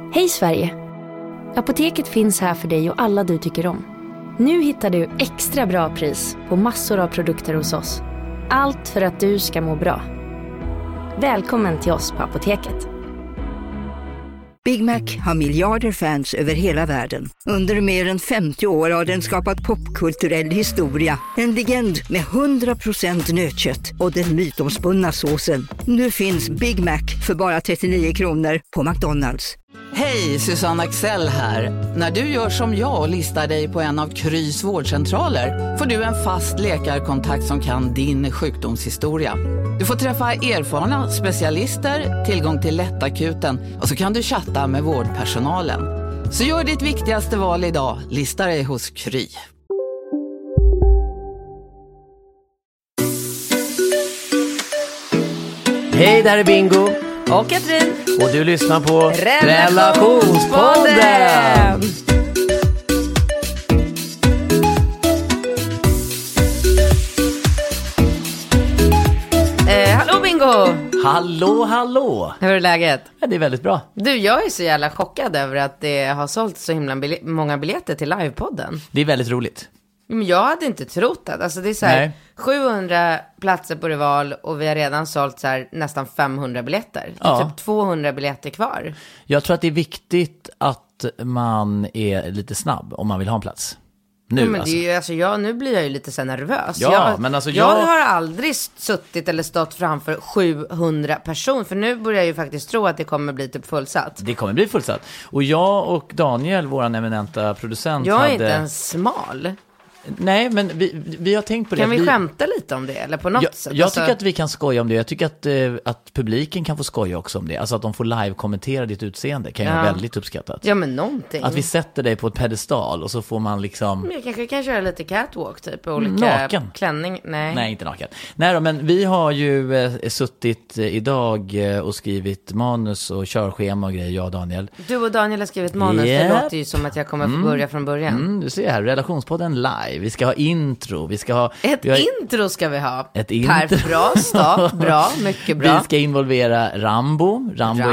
Hej Sverige! Apoteket finns här för dig och alla du tycker om. Nu hittar du extra bra pris på massor av produkter hos oss. Allt för att du ska må bra. Välkommen till oss på Apoteket. Big Mac har miljarder fans över hela världen. Under mer än 50 år har den skapat popkulturell historia. En legend med 100% nötkött och den mytomspunna såsen. Nu finns Big Mac för bara 39 kronor på McDonald's. Hej, Susanne Axel här. När du gör som jag och listar dig på en av Krys vårdcentraler får du en fast läkarkontakt som kan din sjukdomshistoria. Du får träffa erfarna specialister, tillgång till lättakuten och så kan du chatta med vårdpersonalen. Så gör ditt viktigaste val idag, lista dig hos Kry. Hej, där är Bingo. Och Katrin. Och du lyssnar på Relationspodden. Hallå Bingo. Hallå. Hur är läget? Ja, det är väldigt bra. Du, jag är så jävla chockad över att det har sålt så himla många biljetter till livepodden. Det är väldigt roligt. Men jag hade inte trott det. Alltså det är så här, 700 platser på Rival och vi har redan sålt så här nästan 500 biljetter. Det är typ 200 biljetter kvar. Jag tror att det är viktigt att man är lite snabb om man vill ha en plats. Nu, men det är ju, nu blir jag ju lite så nervös. Ja, jag har aldrig suttit eller stått framför 700 personer. För nu börjar jag ju faktiskt tro att det kommer bli typ fullsatt. Det kommer bli fullsatt. Och jag och Daniel, våran eminenta producent, jag är inte ens smal. Nej, men vi har tänkt på det. Kan vi skämta lite om det? Eller på något sätt? Jag tycker att vi kan skoja om det. Jag tycker att publiken kan få skoja också om det. Alltså att de får live-kommentera ditt utseende kan ju vara väldigt uppskattat. Ja, men någonting. Att vi sätter dig på ett pedestal och så får man liksom... Jag kanske kan köra lite catwalk typ. Olika naken. Klänning. Nej, inte naken. Nej då, men vi har ju suttit idag och skrivit manus och körschema och grejer, jag och Daniel. Du och Daniel har skrivit manus. Yep. Det låter ju som att jag kommer få börja från början. Du ser här, Relationspodden live. Vi ska ha intro. Intro ska vi ha. Ett intro. Bra start. Bra, mycket bra. Vi ska involvera Rambo.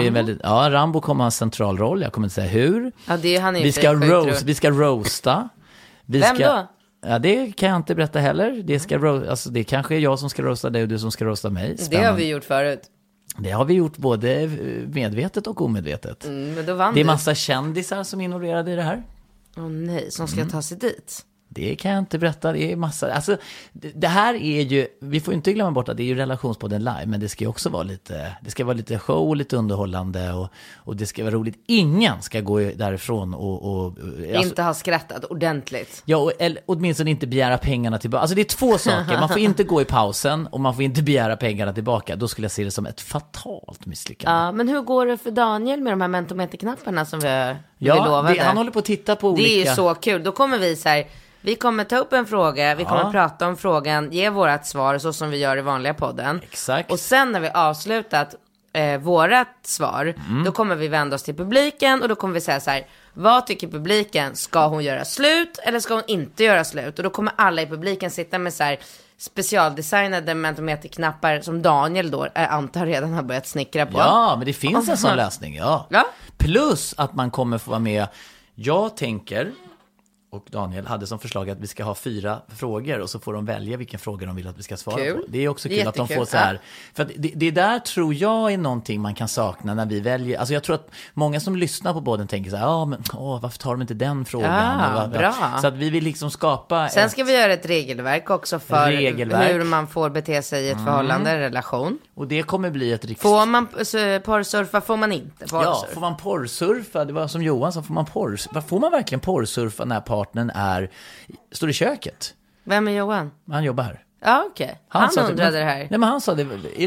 Rambo kommer ha en central roll. Jag kommer inte säga hur. Ja, han är vi ska roasta. Vem då? Ja, det kan jag inte berätta heller. Det kanske är jag som ska roasta dig och du som ska roasta mig. Spännande. Det har vi gjort förut. Det har vi gjort både medvetet och omedvetet. Men då vann det är massa kändisar som är involverade i det här. Åh nej, som ska ta sig dit. Det kan jag inte berätta, det är massa. Alltså, det här är ju, vi får inte glömma bort att det är ju Relationspodden live, men det ska ju också vara lite show, lite underhållande och det ska vara roligt. Ingen ska gå därifrån och inte ha skrattat ordentligt. Ja, eller åtminstone inte begära pengarna tillbaka. Alltså det är två saker, man får inte gå i pausen och man får inte begära pengarna tillbaka. Då skulle jag se det som ett fatalt misslyckande. Ja, men hur går det för Daniel med de här mentometerknapparna som vi lovade? Han håller på att titta på olika... Det är ju så kul, då kommer vi så här... Vi kommer ta upp en fråga, vi kommer prata om frågan, ge vårat svar så som vi gör i vanliga podden. Exakt. Och sen när vi avslutat vårat svar, då kommer vi vända oss till publiken och då kommer vi säga så här: vad tycker publiken? Ska hon göra slut eller ska hon inte göra slut? Och då kommer alla i publiken sitta med så här specialdesignade mentometerknappar som Daniel då antar redan har börjat snickra på. Ja, men det finns en sån lösning, ja. Plus att man kommer få vara med. Jag tänker... Och Daniel hade som förslag att vi ska ha 4 frågor och så får de välja vilken fråga de vill att vi ska svara på. Det är också kul att de får så här. För att det där tror jag är någonting man kan sakna när vi väljer. Alltså jag tror att många som lyssnar på podden tänker så här, varför tar de inte den frågan? Bra. Så att vi vill liksom skapa... Sen ska vi göra ett regelverk också för hur man får bete sig i ett förhållande, en relation. Och det kommer bli ett riktigt... Får man porrsurfa, får man inte porrsurfa? Ja, får man porrsurfa? Det var som Johan sa, får man verkligen porrsurfa när partnern står i köket? Vem är Johan? Han jobbar här. Ja, okej. Han undrade det här. Nej, men han sa det.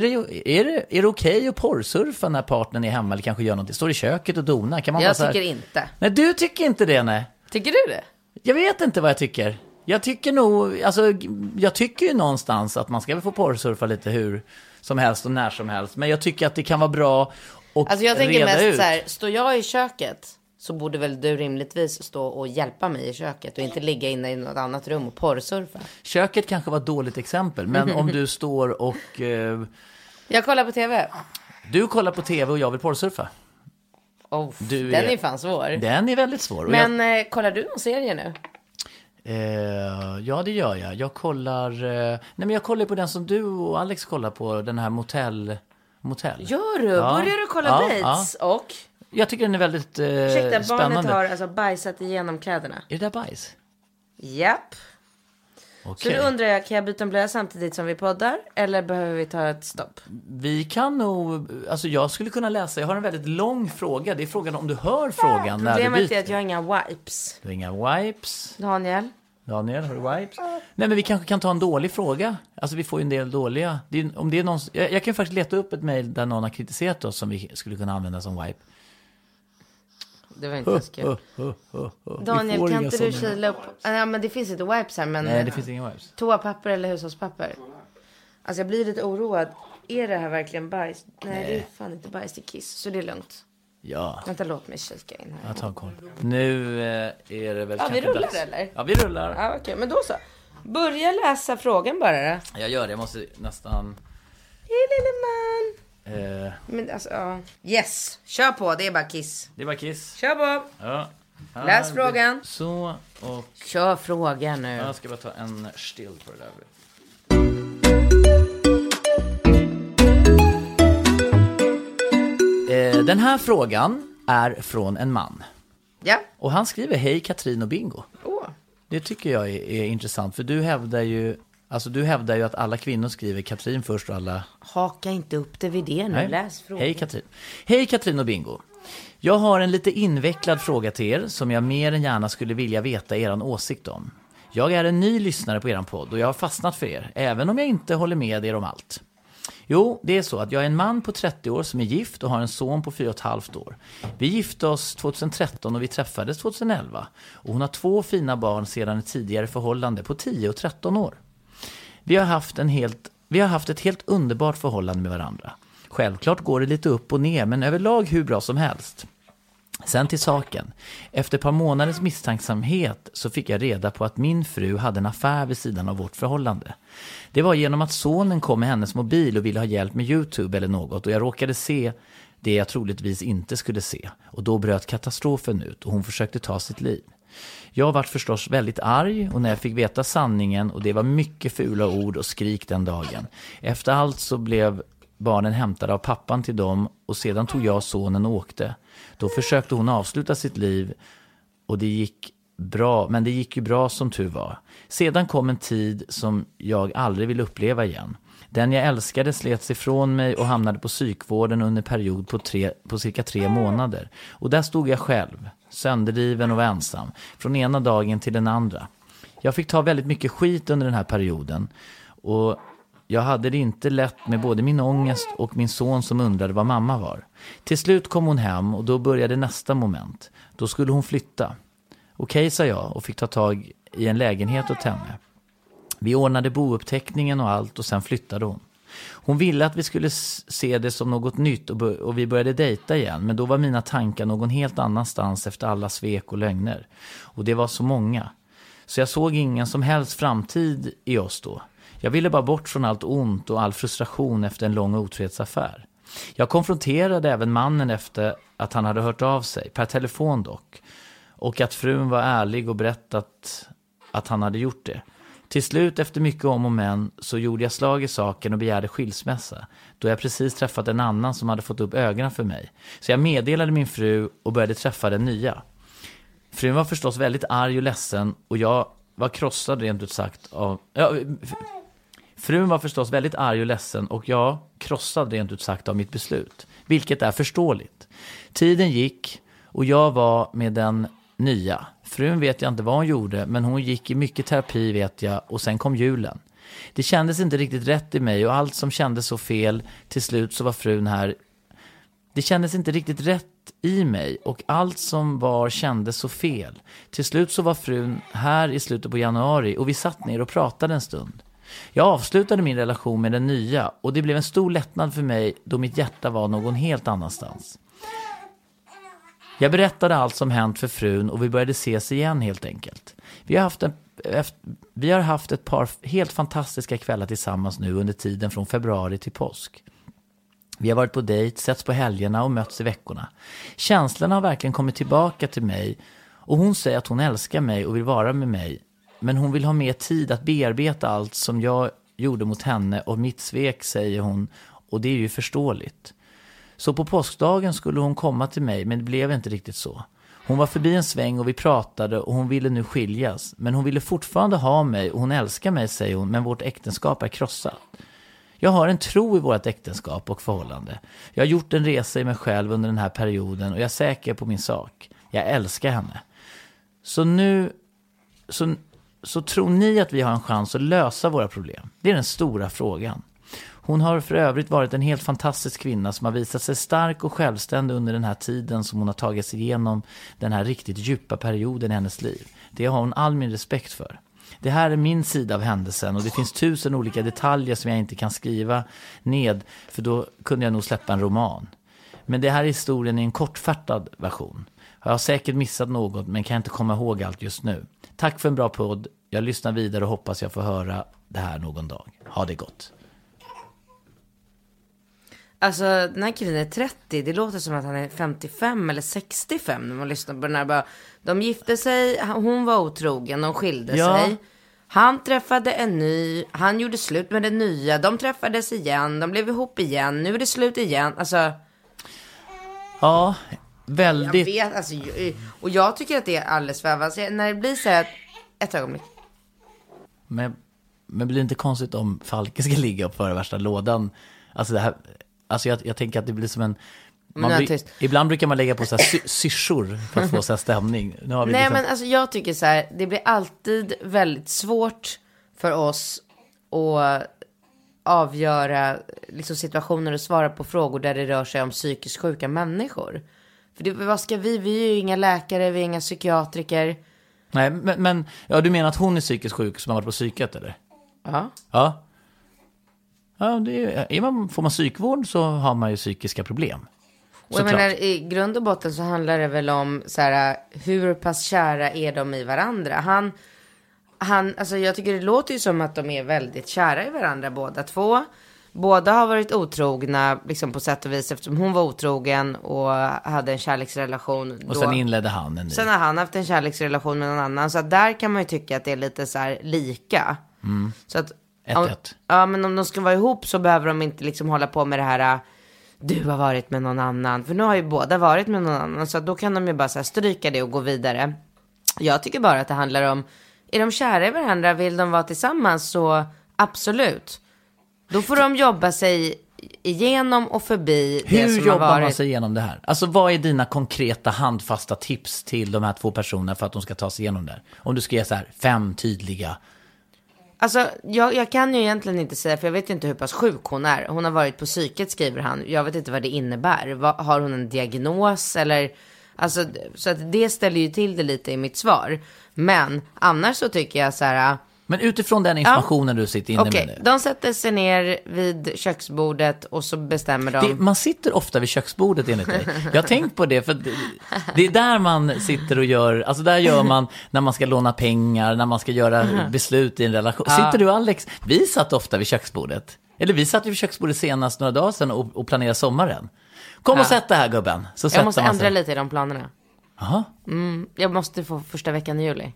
Är det okej att porrsurfa när partnern är hemma eller kanske gör någonting? Står i köket och donar? Kan man jag tycker inte. Nej, du tycker inte det, nej. Tycker du det? Jag vet inte vad jag tycker. Jag tycker nog, jag tycker ju någonstans att man ska få porrsurfa lite hur som helst och när som helst. Men jag tycker att det kan vara bra och alltså jag tänker mest ut. Så här, står jag i köket så borde väl du rimligtvis stå och hjälpa mig i köket och inte ligga inne i något annat rum och porrsurfa. Köket kanske var ett dåligt exempel, men om du står och... jag kollar på tv. Du kollar på tv och jag vill porrsurfa. Den är ju fan svår. Den är väldigt svår. Men kollar du någon serie nu? Ja, det gör jag. Jag kollar på den som du och Alex kollar på, den här Motell. Gör du? Ja. Börjar du kolla Bates? Ja. Och? Jag tycker den är väldigt spännande. Barnet har alltså bajsat igenom kläderna. Är det där bajs? Japp. Okay. Så då undrar jag, kan jag byta en blöja samtidigt som vi poddar? Eller behöver vi ta ett stopp? Vi kan nog, alltså jag skulle kunna läsa. Jag har en väldigt lång fråga. Det är frågan om du hör frågan när du byter. Problemet är att jag har inga wipes. Du har inga wipes. Daniel, har du wipes? Nej, men vi kanske kan ta en dålig fråga. Alltså vi får ju en del dåliga. Om det är någon, jag kan faktiskt leta upp ett mejl där någon har kritiserat oss som vi skulle kunna använda som wipe. Det var inte så kul. Daniel, kan inte du kila upp? Ja, men det finns inte wipes här. Men nej, det finns inga wipes. Toapapper eller hushållspapper? Alltså jag blir lite oroad. Är det här verkligen bajs? Nej, det är fan inte bajs, det är kiss. Så det är lugnt. Ja. Vänta, låt mig kika in här. Jag tar en koll. Nu är det väl vi rullar eller? Ja, vi rullar. Ja, okej. Men då så. Börja läsa frågan bara då. Jag gör det, jag måste nästan... Hej lille man. Men alltså, ja. Yes, kör på, det är bara kiss. Kör på. Ja. Läs frågan. Så, och... Kör frågan nu. Jag ska bara ta en still på det där. Den här frågan är från en man. Ja. Och han skriver: hej Katrin och Bingo. Det tycker jag är intressant, för du hävdar ju att alla kvinnor skriver Katrin först och alla... Haka inte upp det vid det nu. Nej. Läs frågan. Hej Katrin och Bingo. Jag har en lite invecklad fråga till er som jag mer än gärna skulle vilja veta er åsikt om. Jag är en ny lyssnare på er podd och jag har fastnat för er, även om jag inte håller med er om allt. Jo, det är så att jag är en man på 30 år som är gift och har en son på 4,5 år. Vi gifte oss 2013 och vi träffades 2011. Och hon har 2 fina barn sedan ett tidigare förhållande på 10 och 13 år. Vi har haft ett helt underbart förhållande med varandra. Självklart går det lite upp och ner, men överlag hur bra som helst. Sen till saken. Efter ett par månaders misstänksamhet så fick jag reda på att min fru hade en affär vid sidan av vårt förhållande. Det var genom att sonen kom med hennes mobil och ville ha hjälp med YouTube eller något, och jag råkade se det jag troligtvis inte skulle se. Och då bröt katastrofen ut och hon försökte ta sitt liv. Jag var förstås väldigt arg, och när jag fick veta sanningen, och det var mycket fula ord och skrik den dagen. Efter allt så blev barnen hämtade av pappan till dem, och sedan tog jag sonen och åkte. Då försökte hon avsluta sitt liv och det gick bra, men det gick ju bra som tur var. Sedan kom en tid som jag aldrig vill uppleva igen. Den jag älskade slets ifrån mig och hamnade på psykvården under en period på cirka 3 månader. Och där stod jag själv, sönderriven och ensam, från ena dagen till den andra. Jag fick ta väldigt mycket skit under den här perioden, och jag hade det inte lätt med både min ångest och min son som undrade vad mamma var. Till slut kom hon hem och då började nästa moment. Då skulle hon flytta. Okej, sa jag och fick ta tag i en lägenhet åt henne. Vi ordnade bouppteckningen och allt, och sen flyttade hon. Hon ville att vi skulle se det som något nytt och vi började dejta igen. Men då var mina tankar någon helt annanstans efter alla svek och lögner. Och det var så många. Så jag såg ingen som helst framtid i oss då. Jag ville bara bort från allt ont och all frustration efter en lång otrohetsaffär. Jag konfronterade även mannen efter att han hade hört av sig, per telefon dock. Och att frun var ärlig och berättat att han hade gjort det. Till slut, efter mycket om och men, så gjorde jag slag i saken och begärde skilsmässa. Då jag precis träffat en annan som hade fått upp ögonen för mig. Så jag meddelade min fru och började träffa den nya. Frun var förstås väldigt arg och ledsen, och jag var krossad rent ut sagt av... Frun var förstås väldigt arg och ledsen, och jag krossad rent ut sagt av mitt beslut. Vilket är förståeligt. Tiden gick och jag var med den nya. Frun vet jag inte vad hon gjorde, men hon gick i mycket terapi vet jag, och sen kom julen. Det kändes inte riktigt rätt i mig, och allt som kändes så fel, till slut så var frun här. Det kändes inte riktigt rätt i mig, och allt som var kändes så fel. Till slut så var frun här i slutet på januari, och vi satt ner och pratade en stund. Jag avslutade min relation med den nya, och det blev en stor lättnad för mig då mitt hjärta var någon helt annanstans. Jag berättade allt som hänt för frun, och vi började ses igen helt enkelt. Vi har haft ett par helt fantastiska kvällar tillsammans nu under tiden från februari till påsk. Vi har varit på dejt, setts på helgerna och mötts i veckorna. Känslorna har verkligen kommit tillbaka till mig och hon säger att hon älskar mig och vill vara med mig. Men hon vill ha mer tid att bearbeta allt som jag gjorde mot henne och mitt svek, säger hon, och det är ju förståeligt. Så på påskdagen skulle hon komma till mig, men det blev inte riktigt så. Hon var förbi en sväng och vi pratade och hon ville nu skiljas. Men hon ville fortfarande ha mig och hon älskar mig, säger hon, men vårt äktenskap är krossat. Jag har en tro i vårt äktenskap och förhållande. Jag har gjort en resa i mig själv under den här perioden och jag är säker på min sak. Jag älskar henne. Så nu... Så tror ni att vi har en chans att lösa våra problem? Det är den stora frågan. Hon har för övrigt varit en helt fantastisk kvinna som har visat sig stark och självständig under den här tiden som hon har tagit sig igenom den här riktigt djupa perioden i hennes liv. Det har hon all min respekt för. Det här är min sida av händelsen och det finns 1000 olika detaljer som jag inte kan skriva ned, för då kunde jag nog släppa en roman. Men det här är historien i en kortfattad version. Jag har säkert missat något men kan inte komma ihåg allt just nu. Tack för en bra podd. Jag lyssnar vidare och hoppas jag får höra det här någon dag. Ha det gott. Alltså, den här killen är 30. Det låter som att han är 55 eller 65 när man lyssnar på den här. Bara, de gifte sig, hon var otrogen, de skilde sig. Han träffade en ny, han gjorde slut med den nya. De träffades igen, de blev ihop igen. Nu är det slut igen. Alltså... Ja, väldigt... Jag vet, alltså, och jag tycker att det är alldeles för... Alltså, när det blir så här... Ett ögonblick. Men blir det inte konstigt om Falke ska ligga på värsta lådan? Alltså det här... Alltså jag tänker att det blir som en... Ibland brukar man lägga på så här syrsor för att få så här stämning. Nu har vi Nej, liksom... men alltså jag tycker så här, det blir alltid väldigt svårt för oss att avgöra liksom situationer och svara på frågor där det rör sig om psykiskt sjuka människor. För det, vad ska vi är ju inga läkare, vi är inga psykiatriker. Nej, men ja, du menar att hon är psykiskt sjuk som har varit på psyket, eller? Ja. Ja. Ja, får man psykvård så har man ju psykiska problem. Och jag menar, i grund och botten så handlar det väl om så här, hur pass kära är de i varandra. Han, alltså jag tycker det låter ju som att de är väldigt kära i varandra båda två. Båda har varit otrogna liksom på sätt och vis, eftersom hon var otrogen och hade en kärleksrelation. Och sen inledde han en ny. Sen har han haft en kärleksrelation med någon annan. Så att där kan man ju tycka att det är lite så här lika. Mm. Så att, 1-1. Ja, men om de ska vara ihop så behöver de inte liksom hålla på med det här... Du har varit med någon annan. För nu har ju båda varit med någon annan. Så då kan de ju bara så här stryka det och gå vidare. Jag tycker bara att det handlar om... Är de kära i varandra, vill de vara tillsammans, så absolut. Då får de jobba sig igenom och förbi det som har varit. Hur jobbar man sig igenom det här? Alltså vad är dina konkreta handfasta tips till de här två personerna för att de ska ta sig igenom det här? Om du ska ge så här 5 tydliga... Alltså, jag kan ju egentligen inte säga, för jag vet inte hur pass sjuk hon är. Hon har varit på psyket, skriver han. Jag vet inte vad det innebär. Har hon en diagnos eller... Alltså, så att det ställer ju till det lite i mitt svar. Men annars så tycker jag så här... Men utifrån den informationen du sitter inne med det. De sätter sig ner vid köksbordet och så bestämmer de... Man sitter ofta vid köksbordet enligt dig. Jag har tänkt på det, för det är där man sitter och gör... Alltså där gör man när man ska låna pengar, när man ska göra beslut i en relation. Sitter du, Alex? Vi satt ofta vid köksbordet. Eller vi satt vid köksbordet senast några dagar sedan och planerade sommaren. Kom och sätt det här, gubben. Så jag måste ändra lite i de planerna. Jaha. Jag måste få första veckan i juli.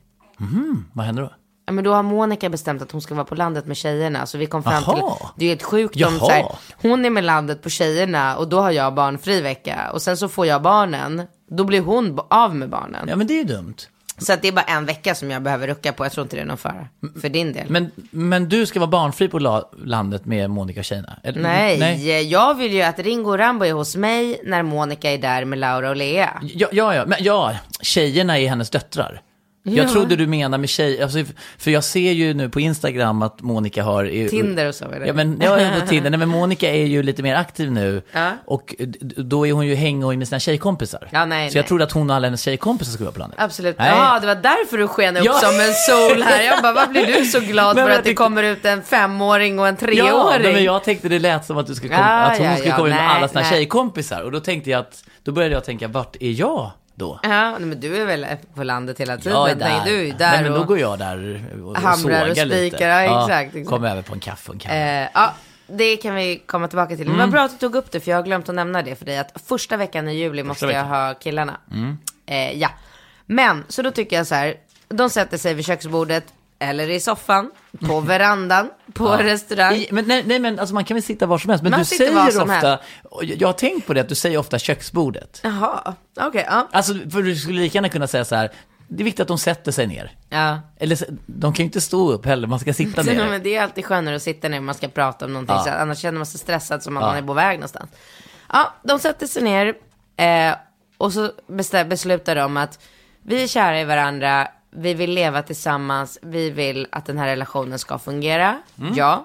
Vad händer då? Ja, men då har Monica bestämt att hon ska vara på landet med tjejerna. Så vi kom fram till, det är helt sjukt om så här, hon är med landet på tjejerna och då har jag barnfri vecka. Och sen så får jag barnen, då blir hon av med barnen. Ja, men det är ju dumt. Så att det är bara en vecka som jag behöver rucka på. Jag tror inte det är någon fara för din del. Men du ska vara barnfri på landet med Monica och tjejerna? Nej, jag vill ju att Ringo och Rambo är hos mig när Monica är där med Laura och Lea. Ja, tjejerna är hennes döttrar. Jag trodde du menar med tjej, alltså, för jag ser ju nu på Instagram att Monica har Tinder och så är det. Ja, men jag är på Tinder. Nej, men Monica är ju lite mer aktiv nu. Och då är hon ju hängig med sina tjejkompisar. Så jag trodde att hon och alla hennes tjejkompisar skulle vara på landet. Absolut. Ja, det var därför du sken upp som en sol här. Jag bara, vad blir du så glad för att det kommer ut en 5-åring och en 3-åring? Ja, men jag tänkte det lät som att du skulle att hon skulle komma med alla sina tjejkompisar. Och då tänkte jag då började jag tänka, vart är jag då? Ja, men du är väl på landet hela tiden. Jag är där. Nej, du är där. Nej, men då går jag där och hamrar sågar och spikar, lite. ja, exakt. Kommer över på en kaffe. det kan vi komma tillbaka till. Men vad bra att du tog upp det, för jag har glömt att nämna det för dig. Att första veckan i juli måste jag ha killarna. Ja. Men, så då tycker jag så här. De sätter sig vid köksbordet eller i soffan, på verandan, på restaurang. Men alltså man kan väl sitta var som helst. Men du säger ofta, jag har tänkt på det, att du säger ofta köksbordet. Jaha, okej, ja. Alltså, för du skulle lika gärna kunna säga så här: det är viktigt att de sätter sig ner. Ja. Eller de kan ju inte stå upp heller, man ska sitta ner. Men det är alltid skönare att sitta ner när man ska prata om någonting. Så annars känner man sig stressad som att man är på väg någonstans. Ja, de sätter sig ner och så beslutar de att vi är kära i varandra. Vi vill leva tillsammans. Vi vill att den här relationen ska fungera. Ja.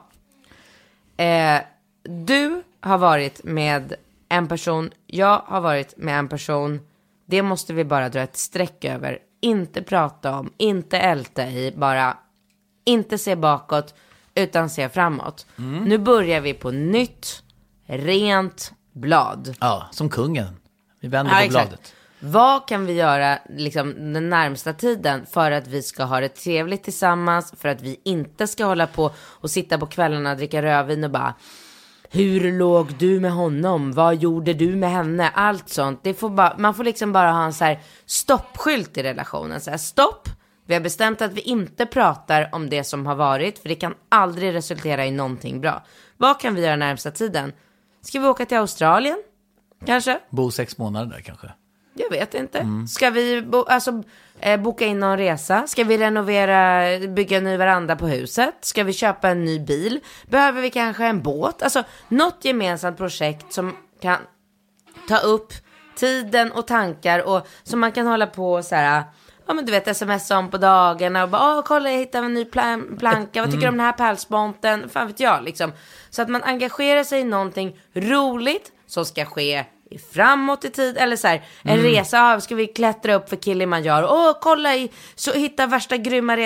Du har varit med en person. Jag har varit med en person. Det måste vi bara dra ett streck över. Inte prata om. Inte älta i. Bara inte se bakåt. Utan se framåt. Nu börjar vi på nytt. Rent blad. Ja, som kungen. Vi vänder på bladet. Vad kan vi göra liksom den närmsta tiden för att vi ska ha det trevligt tillsammans, för att vi inte ska hålla på och sitta på kvällarna och dricka rödvin och bara, hur låg du med honom? Vad gjorde du med henne? Allt sånt. Man får liksom bara ha en så här stoppskylt i relationen. Så här, stopp. Vi har bestämt att vi inte pratar om det som har varit, för det kan aldrig resultera i någonting bra. Vad kan vi göra närmsta tiden? Ska vi åka till Australien? Kanske? Bo 6 månader där kanske. Jag vet inte. Ska vi boka in någon resa? Ska vi bygga en ny veranda på huset? Ska vi köpa en ny bil? Behöver vi kanske en båt? Alltså något gemensamt projekt som kan ta upp tiden och tankar och som man kan hålla på så här. Ja, men du vet, smsa om på dagarna och bara, kolla, jag hittade en ny planka. Vad tycker du om den här pälsbonten? Fan vet jag, liksom. Så att man engagerar sig i någonting roligt som ska ske framåt i tid, eller så här, en resa, ska vi klättra upp för Kilimanjaro, kolla så hitta värsta grymma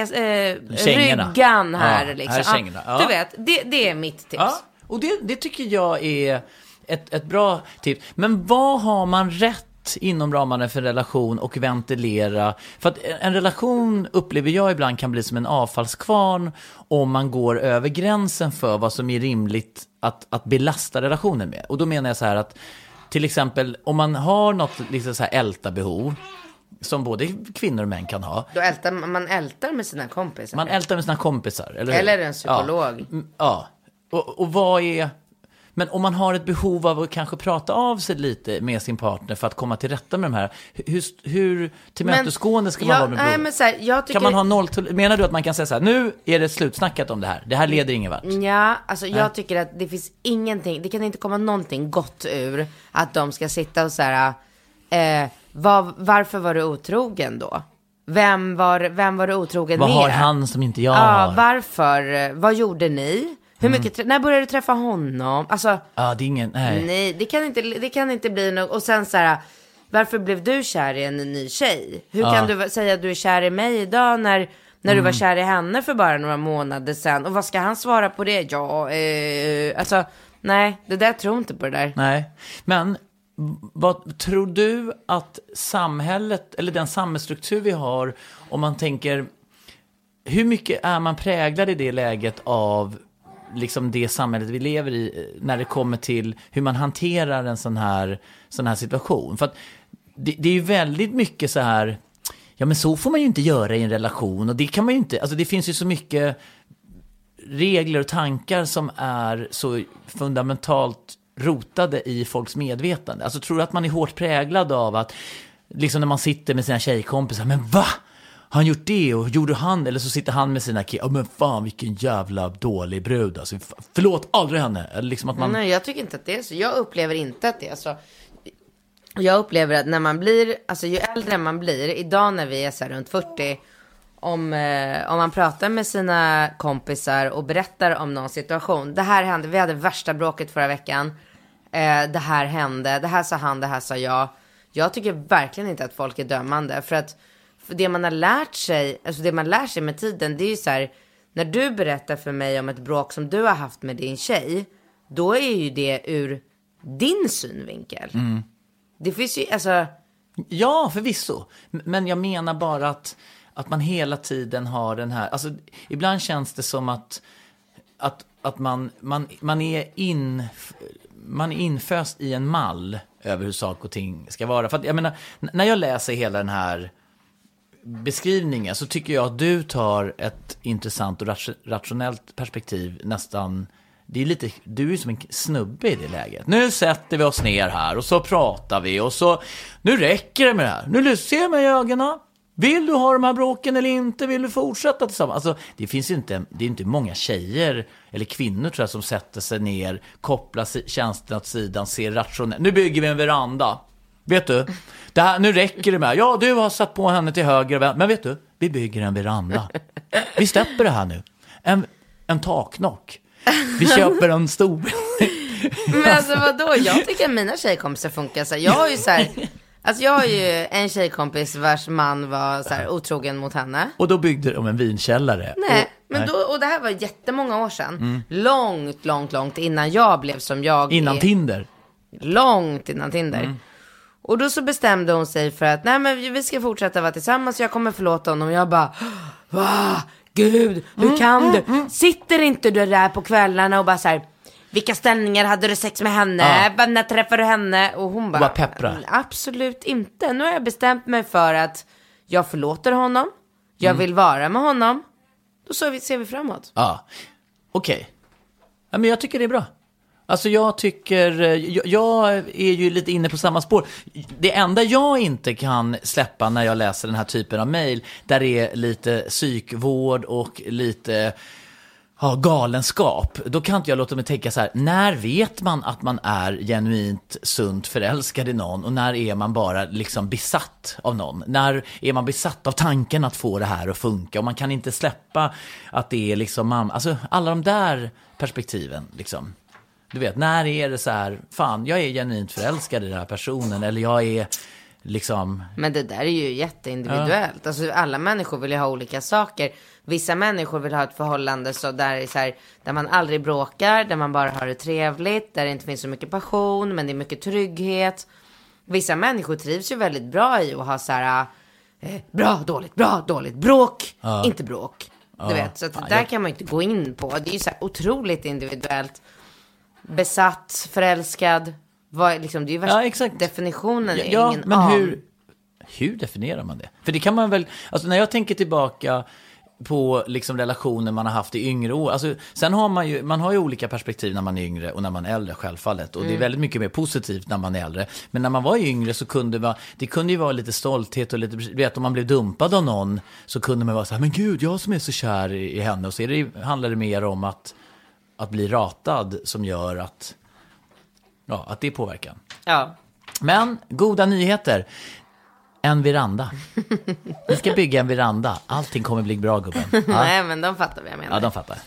ryggan här, ja, liksom. här du vet, det är mitt tips. Ja, och det tycker jag är ett bra tips. Men vad har man rätt inom ramarna för en relation och ventilera? För att en relation, upplever jag ibland, kan bli som en avfallskvarn om man går över gränsen för vad som är rimligt att belasta relationen med. Och då menar jag så här att till exempel om man har något liksom så här älta-behov som både kvinnor och män kan ha. Då man ältar med sina kompisar. Man ältar med sina kompisar. Eller en psykolog. Ja. Och vad är... Men om man har ett behov av att kanske prata av sig lite med sin partner för att komma till rätta med de här, hur tillmötesgående ska man vara med behov? Men så här, jag tycker... Kan man ha menar du att man kan säga så här, nu är det slutsnackat om det här. Det här leder ingen vart. Ja, alltså jag tycker att det finns ingenting, det kan inte komma någonting gott ur att de ska sitta och så här, varför var du otrogen då? Vem var du otrogen med? Vad har han som inte jag har? Varför? Vad gjorde ni? Hur mycket när började du träffa honom? Alltså, det är ingen, nej, det kan inte bli något. Och sen så här, varför blev du kär i en ny tjej? Hur kan du säga att du är kär i mig idag när du var kär i henne för bara några månader sedan? Och vad ska han svara på det? Alltså, nej, det där tror inte på det där. Nej, men vad tror du att samhället, eller den samhällsstruktur vi har, om man tänker, hur mycket är man präglad i det läget av liksom det samhället vi lever i när det kommer till hur man hanterar en sån här situation? För att det är ju väldigt mycket så här, ja men så får man ju inte göra i en relation, och det kan man ju inte, alltså det finns ju så mycket regler och tankar som är så fundamentalt rotade i folks medvetande. Alltså tror du att man är hårt präglad av att liksom när man sitter med sina tjejkompisar, men va? Han gjort det och gjorde han, eller så sitter han med sina killar, men fan vilken jävla dålig brud, alltså, förlåt aldrig henne, eller liksom att man... Nej, jag tycker inte att det är så, jag upplever inte att det är så. Jag upplever att när man blir, alltså ju äldre man blir, idag när vi är så här runt 40, om man pratar med sina kompisar och berättar om någon situation, det här hände, vi hade värsta bråket förra veckan, det här hände, det här sa han, det här sa jag tycker verkligen inte att folk är dömande, för att det man har lärt sig, alltså det man lär sig med tiden, det är ju så här, när du berättar för mig om ett bråk som du har haft med din tjej, då är ju det ur din synvinkel. Det finns ju, alltså... Ja, förvisso. Men jag menar bara att man hela tiden har den här, alltså ibland känns det som att att man är inföst i en mall över hur saker och ting ska vara. För att, jag menar, när jag läser hela den här beskrivningen så tycker jag att du tar ett intressant och rationellt perspektiv nästan. Det är lite, du är som en snubbe i det läget. Nu sätter vi oss ner här och så pratar vi och så, nu räcker det med det här. Nu ser mig i ögonen. Vill du ha de här bråken eller inte? Vill du fortsätta tillsammans? Alltså, det finns ju inte, det är inte många tjejer eller kvinnor tror jag som sätter sig ner, kopplar tjänsten åt sidan, ser rationellt. Nu bygger vi en veranda. Vet du? Det här, nu räcker det med. Ja, du har satt på henne till höger. Men vet du? Vi bygger en veranda. Vi släpper det här nu. En taknock. Vi köper en stor. Men alltså vadå? Jag tycker att mina tjejkompisar funkar så här. Jag har ju så här, alltså jag har ju en tjejkompis vars man var så här otrogen mot henne. Och då byggde de en vinkällare. Nej, men då, och det här var jättemånga år sedan. Långt innan jag blev som jag. Innan Tinder. Långt innan Tinder. Och då så bestämde hon sig för att nej men vi ska fortsätta vara tillsammans. Jag kommer förlåta honom. Och jag bara, va? Gud, hur kan du? Sitter inte du där på kvällarna och bara så här, vilka ställningar hade du sex med henne? När träffade du henne? Och hon bara pepprar. Absolut inte. Nu har jag bestämt mig för att jag förlåter honom. Jag vill vara med honom. Då ser vi framåt. Ja, okej. Ja, men jag tycker det är bra. Alltså jag är ju lite inne på samma spår. Det enda jag inte kan släppa när jag läser den här typen av mejl, där det är lite psykvård och lite galenskap, då kan inte jag låta mig tänka så här: när vet man att man är genuint sunt förälskad i någon och när är man bara liksom besatt av någon? När är man besatt av tanken att få det här att funka och man kan inte släppa att det är liksom alltså alla de där perspektiven liksom. Du vet, när är det så här, fan, jag är genuint förälskad i den här personen, eller jag är liksom... Men det där är ju jätteindividuellt. Alltså alla människor vill ju ha olika saker. Vissa människor vill ha ett förhållande så där man aldrig bråkar, där man bara har det trevligt, där det inte finns så mycket passion, men det är mycket trygghet. Vissa människor trivs ju väldigt bra i att ha så här bra, dåligt, bråk, inte bråk. Du vet, så att det där kan man inte gå in på. Det är ju så här otroligt individuellt. Besatt, förälskad, liksom, det är ju värsta definitionen. Ja, men hur definierar man det? För det kan man väl, alltså när jag tänker tillbaka på liksom relationer man har haft i yngre år, alltså, sen har man har ju olika perspektiv när man är yngre och när man är äldre självfallet, och det är väldigt mycket mer positivt när man är äldre, men när man var yngre så kunde ju vara lite stolthet och lite, vet, om man blev dumpad av någon så kunde man vara så här, men gud, jag som är så kär i henne, och så handlar det mer om att bli ratad som gör att det är påverkan. Ja. Men goda nyheter. En veranda. Vi ska bygga en veranda. Allting kommer bli bra, gubben. Ja. Nej, men de fattar vad jag menar. Ja, de fattar.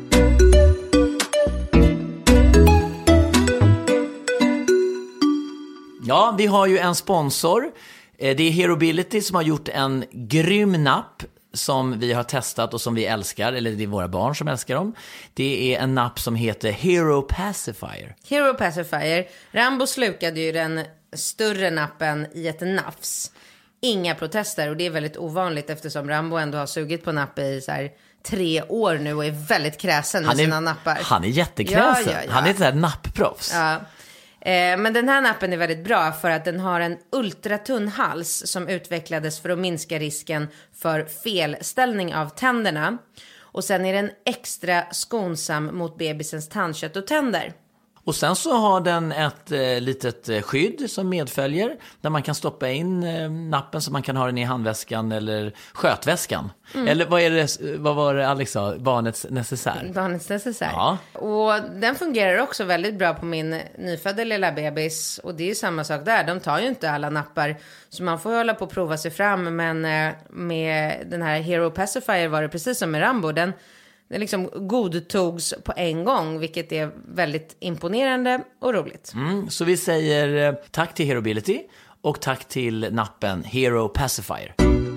Ja, vi har ju en sponsor. Det är Herobility som har gjort en grym napp som vi har testat och som vi älskar, eller det är våra barn som älskar dem. Det är en napp som heter Hero Pacifier. Hero Pacifier. Rambo slukade ju den större nappen i ett nafs. Inga protester, och det är väldigt ovanligt eftersom Rambo ändå har sugit på napp i så här 3 år nu och är väldigt kräsen med sina nappar. Han är jättekräsen. Ja. Han är ett sånt här nappproffs. Ja. Men den här nappen är väldigt bra för att den har en ultratunn hals som utvecklades för att minska risken för felställning av tänderna. Och sen är den extra skonsam mot bebisens tandkött och tänder. Och sen så har den ett litet skydd som medföljer där man kan stoppa in nappen så man kan ha den i handväskan eller skötväskan. Eller vad var det Alex sa? Barnets necessär. Barnets necessär. Ja. Och den fungerar också väldigt bra på min nyfödda lilla bebis. Och det är ju samma sak där. De tar ju inte alla nappar. Så man får hålla på och prova sig fram. Men med den här Hero Pacifier var det precis som med Rambo. Den liksom godtogs på en gång, vilket är väldigt imponerande och roligt. Så vi säger tack till Herobility och tack till nappen Hero Pacifier.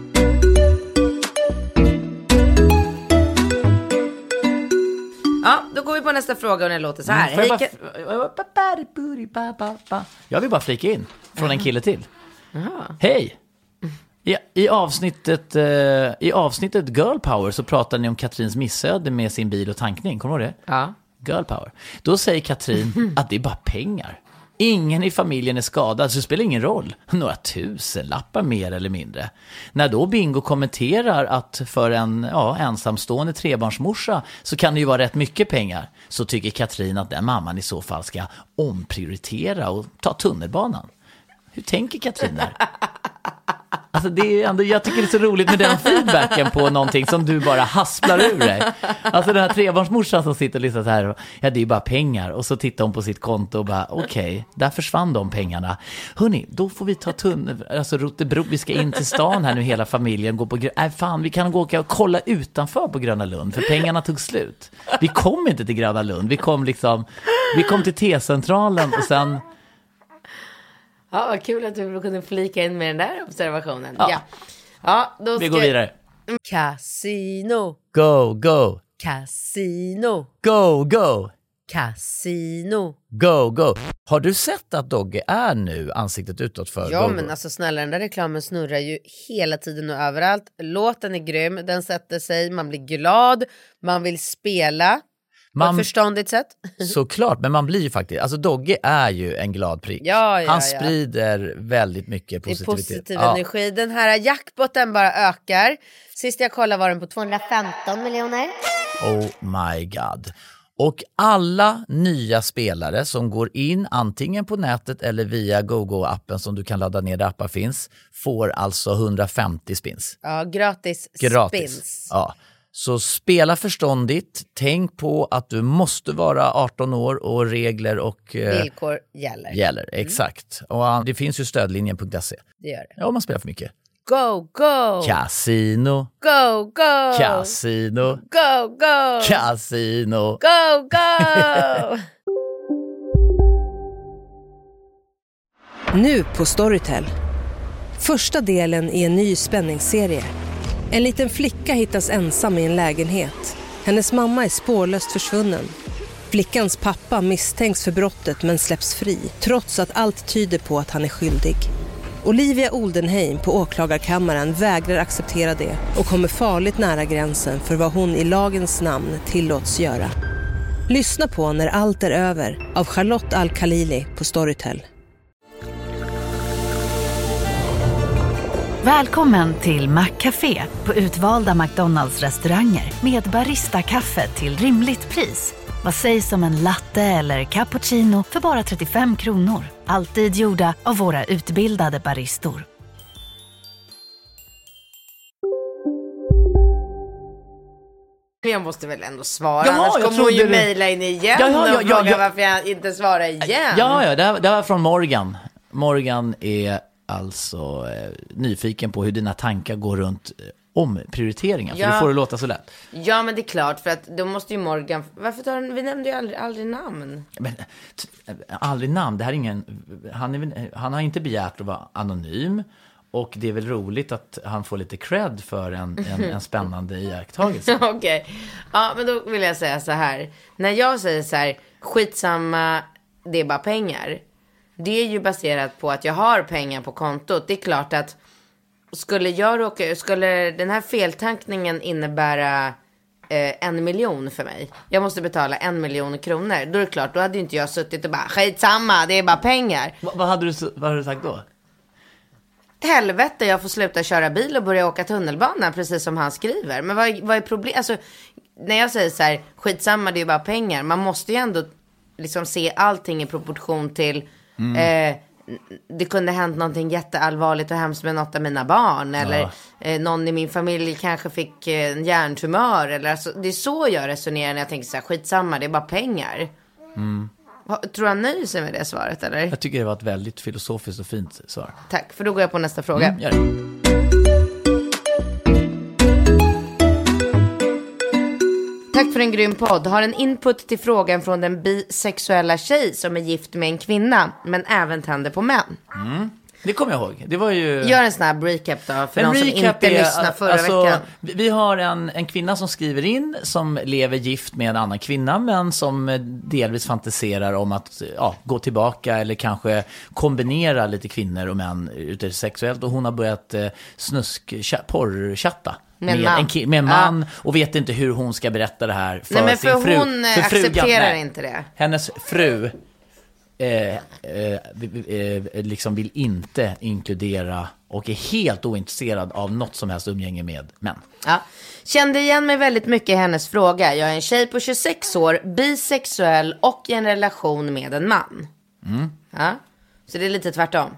Ja, då går vi på nästa fråga och den låter så här. Jag vill bara flika in från en kille till. Aha. Hej! I avsnittet Girl Power så pratar ni om Katrins missöde med sin bil och tankning. Kommer du ihåg det? Ja. Girl Power. Då säger Katrin att det är bara pengar. Ingen i familjen är skadad, så det spelar ingen roll. Några tusenlappar mer eller mindre. När då Bingo kommenterar att för en ensamstående trebarnsmorsa så kan det ju vara rätt mycket pengar, så tycker Katrin att den mamman i så fall ska omprioritera och ta tunnelbanan. Hur tänker Katrin där? Alltså det är ändå, jag tycker det är så roligt med den feedbacken på någonting som du bara hasplar ur dig. Alltså den här trebarnsmorsan som sitter och lyssnar så här, ja det är bara pengar, och så tittar hon på sitt konto och bara okej, där försvann de pengarna. Hörrni, då får vi ta Rotebro, vi ska in till stan här nu hela familjen, gå på vi kan gå och kolla utanför på Gröna Lund för pengarna tog slut. Vi kom inte till Gröna Lund, vi kom till T-centralen och sen. Ja, vad kul att du kunde flika in med den där observationen. Då vi går vidare. Casino. Go. Casino. Go. Casino. Go. Har du sett att Dogge är nu ansiktet utåt för Ja, Go? men alltså snälla, den där reklamen snurrar ju hela tiden och överallt. Låten är grym, den sätter sig, man blir glad, man vill spela. På ett förståndigt sätt. Såklart, men man blir ju faktiskt, alltså Dogge är ju en glad prick. Han sprider väldigt mycket positivitet. Det är positiv energi. Den här jackpotten bara ökar. Sist jag kollade var den på 215 miljoner. Oh my god. Och alla nya spelare som går in antingen på nätet eller via GoGo-appen som du kan ladda ner där appar finns, får alltså 150 spins. Ja, gratis. Spins. Ja. Så spela förståndigt, tänk på att du måste vara 18 år och regler och villkor gäller. Exakt. Och det finns ju stödlinjen.se. Det gör det. Ja, om man spelar för mycket. Go. Casino. Go. Casino. Go. Casino. Go. Nu på Storytel. Första delen i en ny spänningsserie. En liten flicka hittas ensam i en lägenhet. Hennes mamma är spårlöst försvunnen. Flickans pappa misstänks för brottet men släpps fri, trots att allt tyder på att han är skyldig. Olivia Oldenheim på åklagarkammaren vägrar acceptera det och kommer farligt nära gränsen för vad hon i lagens namn tillåts göra. Lyssna på När allt är över av Charlotte Al-Khalili på Storytel. Välkommen till McCafé på utvalda McDonalds-restauranger med barista-kaffe till rimligt pris. Vad sägs om en latte eller cappuccino för bara 35 kronor? Alltid gjorda av våra utbildade baristor. Jag måste väl ändå svara, annars kommer hon ju mejla in igen och fråga varför jag inte svarar igen. Ja, det var från Morgan. Morgan är alltså nyfiken på hur dina tankar går runt omprioriteringen. För du får det låta så lätt. Ja, men det är klart, för att då måste ju Morgan... Varför tar vi nämnde ju aldrig namn. Men, aldrig namn, det här är ingen... Han har inte begärt att vara anonym. Och det är väl roligt att han får lite cred för en spännande iakttagelse. Okej. Ja, men då vill jag säga så här. När jag säger så här, skitsamma, det är bara pengar. Det är ju baserat på att jag har pengar på kontot. Det är klart att skulle den här feltankningen innebära 1 miljon för mig. Jag måste betala 1 miljon kronor. Då är det klart, då hade ju inte jag suttit och bara skitsamma, det är bara pengar. Vad hade du sagt då? Helvete, jag får sluta köra bil och börja åka tunnelbana, precis som han skriver. Men vad är problemet? Alltså, när jag säger så här, skitsamma, det är bara pengar. Man måste ju ändå liksom se allting i proportion till det kunde hänt någonting jätteallvarligt och hemskt med något av mina barn. Eller någon i min familj kanske fick en hjärntumör. Eller, alltså, det är så jag resonerar när jag tänker så här, skitsamma, det är bara pengar. Tror han nöjer sig med det svaret, eller? Jag tycker det var ett väldigt filosofiskt och fint svar. Tack, för då går jag på nästa fråga. Gör det. Tack för en grym podd. Har en input till frågan från den bisexuella tjej som är gift med en kvinna, men även tänder på män. Det kommer jag ihåg. Det var ju... Gör en snabb recap då, för de som inte lyssnade förra veckan. Vi har en kvinna som skriver in, som lever gift med en annan kvinna, men som delvis fantiserar om att gå tillbaka eller kanske kombinera lite kvinnor och män ute sexuellt. Och hon har börjat porrchatta med en man och vet inte hur hon ska berätta det här för sin fru. Hon accepterar inte det. Hennes fru liksom vill inte inkludera och är helt ointresserad av något som helst umgänge med män. Ja. Kände igen mig väldigt mycket i hennes fråga. Jag är en tjej på 26 år, bisexuell och i en relation med en man. Ja. Så det är lite tvärtom.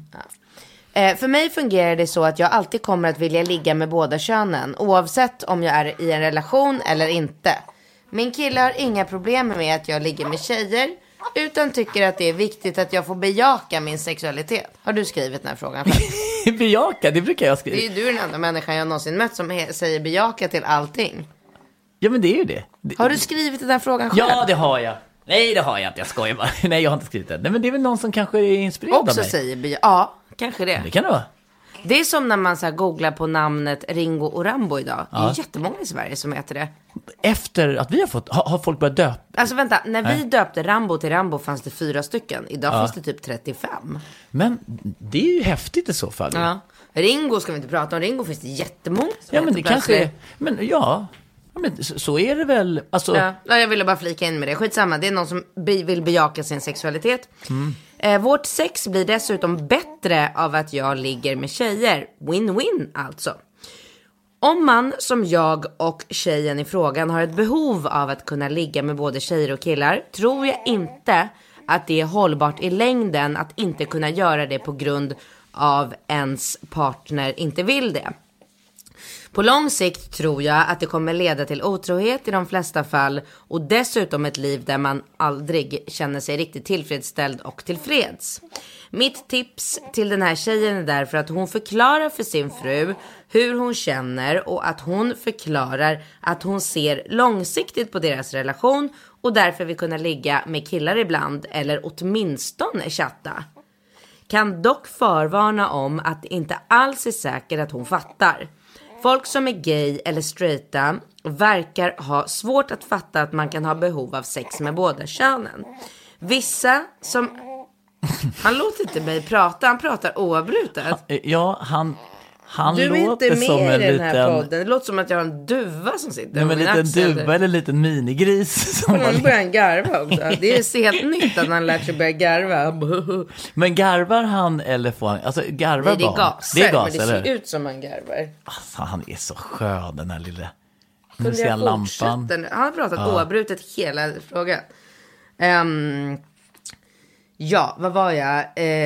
Ja. För mig fungerar det så att jag alltid kommer att vilja ligga med båda könen, oavsett om jag är i en relation eller inte. Min kille har inga problem med att jag ligger med tjejer, utan tycker att det är viktigt att jag får bejaka min sexualitet. Har du skrivit den här frågan själv? Bejaka, det brukar jag skriva. Det är ju du den enda människan jag någonsin mött som säger bejaka till allting. Ja, men det är ju det. Har du skrivit den här frågan själv? Ja, det har jag. Nej, det har jag inte. Jag skojar bara. Nej, jag har inte skrivit den. Nej, men det är väl någon som kanske är inspirerad av mig. Också säger bejaka. Ja, kanske det. Det kan det vara. Det är som när man så här googlar på namnet Ringo och Rambo idag. Det är jättemånga i Sverige som heter det. Efter att vi har fått, har folk börjat döpa? Alltså vänta, när vi döpte Rambo till Rambo fanns det 4 stycken. Idag finns det typ 35. Men det är ju häftigt i så fall. Ja. Ringo ska vi inte prata om. Ringo finns det jättemånga. Ja, men det kanske är, men ja, men så är det väl. Alltså... Ja, jag ville bara flika in med det. Skitsamma, det är någon som vill bejaka sin sexualitet. Vårt sex blir dessutom bättre av att jag ligger med tjejer. Win-win alltså. Om man som jag och tjejen i frågan har ett behov av att kunna ligga med både tjejer och killar, tror jag inte att det är hållbart i längden att inte kunna göra det på grund av ens partner inte vill det. På lång sikt tror jag att det kommer leda till otrohet i de flesta fall och dessutom ett liv där man aldrig känner sig riktigt tillfredsställd och tillfreds. Mitt tips till den här tjejen är därför att hon förklarar för sin fru hur hon känner och att hon förklarar att hon ser långsiktigt på deras relation och därför vill kunna ligga med killar ibland eller åtminstone chatta. Kan dock förvarna om att det inte alls är säkert att hon fattar. Folk som är gay eller straighta verkar ha svårt att fatta att man kan ha behov av sex med båda könen. Vissa som... Han låter inte mig prata, han pratar oavbrutet. Ja, han du är låter inte med som en i den här liten... podden. Det låter som att jag har en duva som sitter med min axel. En liten duva eller en liten minigris. Som han börjar garva också. Det är helt nytt att han lärt sig börja garva. Men garvar han eller får han... Alltså garvar det är gas. Det är gas, men det eller? ser ut som han garvar. Alltså, han är så skön, den här lilla... Nu ser jag lampan. Han har pratat oavbrutet hela frågan. Ja, vad var jag?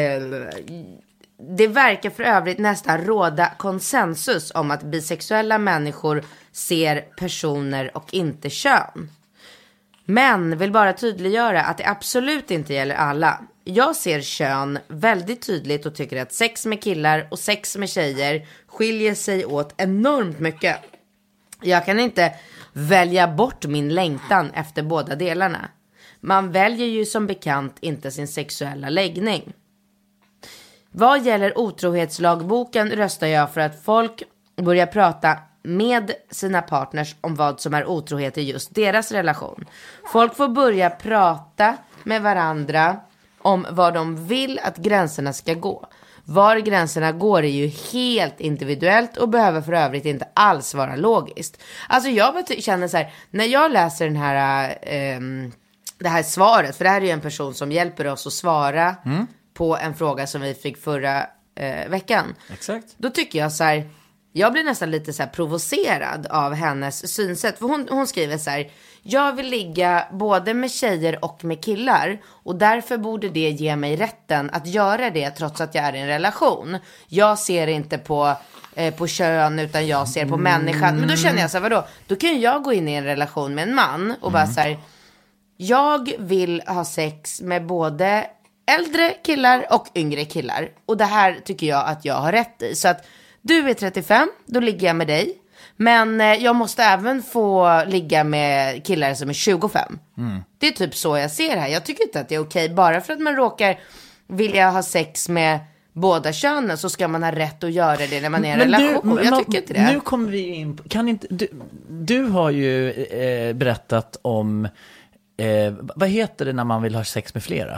Det verkar för övrigt nästan råda konsensus om att bisexuella människor ser personer och inte kön. Men vill bara tydliggöra att det absolut inte gäller alla. Jag ser kön väldigt tydligt och tycker att sex med killar och sex med tjejer skiljer sig åt enormt mycket. Jag kan inte välja bort min längtan efter båda delarna. Man väljer ju som bekant inte sin sexuella läggning. Vad gäller otrohetslagboken röstar jag för att folk börjar prata med sina partners om vad som är otrohet i just deras relation. Folk får börja prata med varandra om vad de vill att gränserna ska gå. Var gränserna går är ju helt individuellt och behöver för övrigt inte alls vara logiskt. Alltså jag känner så här, när jag läser den här, det här svaret, för det här är ju en person som hjälper oss att svara på en fråga som vi fick förra veckan. Exakt. Då tycker jag så här, jag blir nästan lite så här provocerad av hennes synsätt. För hon skriver så här: jag vill ligga både med tjejer och med killar. Och därför borde det ge mig rätten att göra det trots att jag är i en relation. Jag ser inte på kön utan jag ser på människan. Men då känner jag så här, vadå? Då kan jag gå in i en relation med en man och bara så här: jag vill ha sex med både äldre killar och yngre killar. Och det här tycker jag att jag har rätt i. Så att du är 35, då ligger jag med dig. Men jag måste även få ligga med killar som är 25. Det är typ så jag ser det här. Jag tycker inte att det är okej bara för att man råkar vilja ha sex med båda könen så ska man ha rätt att göra det när man är i en relation. Jag tycker inte det. Nu kommer vi in du har ju berättat om vad heter det när man vill ha sex med flera?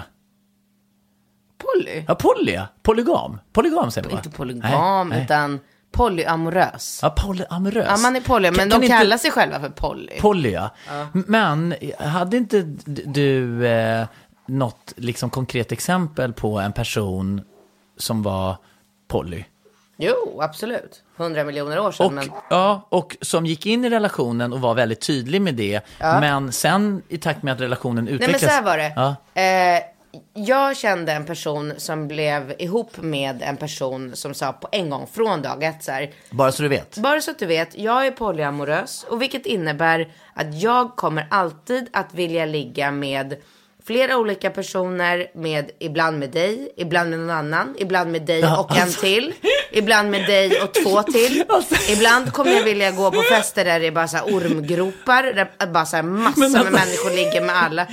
Poly? Ja, polygam säger man, va? Inte polygam, utan polyamorös. Ja, polyamorös. Ja, man är poly, men de kallar sig själva för poly. Poly, ja. Men hade inte du något liksom konkret exempel på en person som var poly? Jo, absolut. 100 miljoner år sedan. Och som gick in i relationen och var väldigt tydlig med det. Ja. Men sen i takt med att relationen utvecklades... Nej, men så här var det. Ja. Jag kände en person som blev ihop med en person som sa på en gång från dag ett så här, bara så du vet. Bara så att du vet, jag är polyamorös. Och vilket innebär att jag kommer alltid att vilja ligga med flera olika personer, ibland med dig, ibland med någon annan, ibland med dig och en till, ibland med dig och 2 till. Ibland kommer jag vilja gå på fester där det är bara så här ormgropar, där bara så här massor med människor ligger med alla.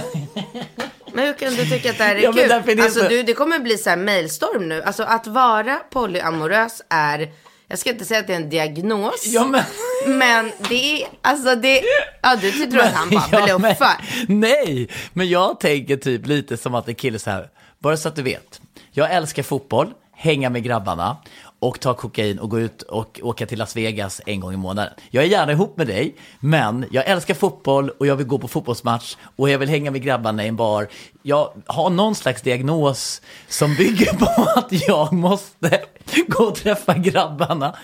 Men hur kan du tycka att det här är kul? Alltså det kommer bli så här mailstorm nu. Alltså att vara polyamorös är... Jag ska inte säga att det är en diagnos. Ja, men det är... Alltså det... Ja, du tror att han bara bluffar. Nej, men jag tänker typ lite som att en kille så här... Bara så att du vet. Jag älskar fotboll, hänga med grabbarna och ta kokain och gå ut och åka till Las Vegas en gång i månaden. Jag är gärna ihop med dig, men jag älskar fotboll och jag vill gå på fotbollsmatch och jag vill hänga med grabbarna i en bar. Jag har någon slags diagnos som bygger på att jag måste gå och träffa grabbarna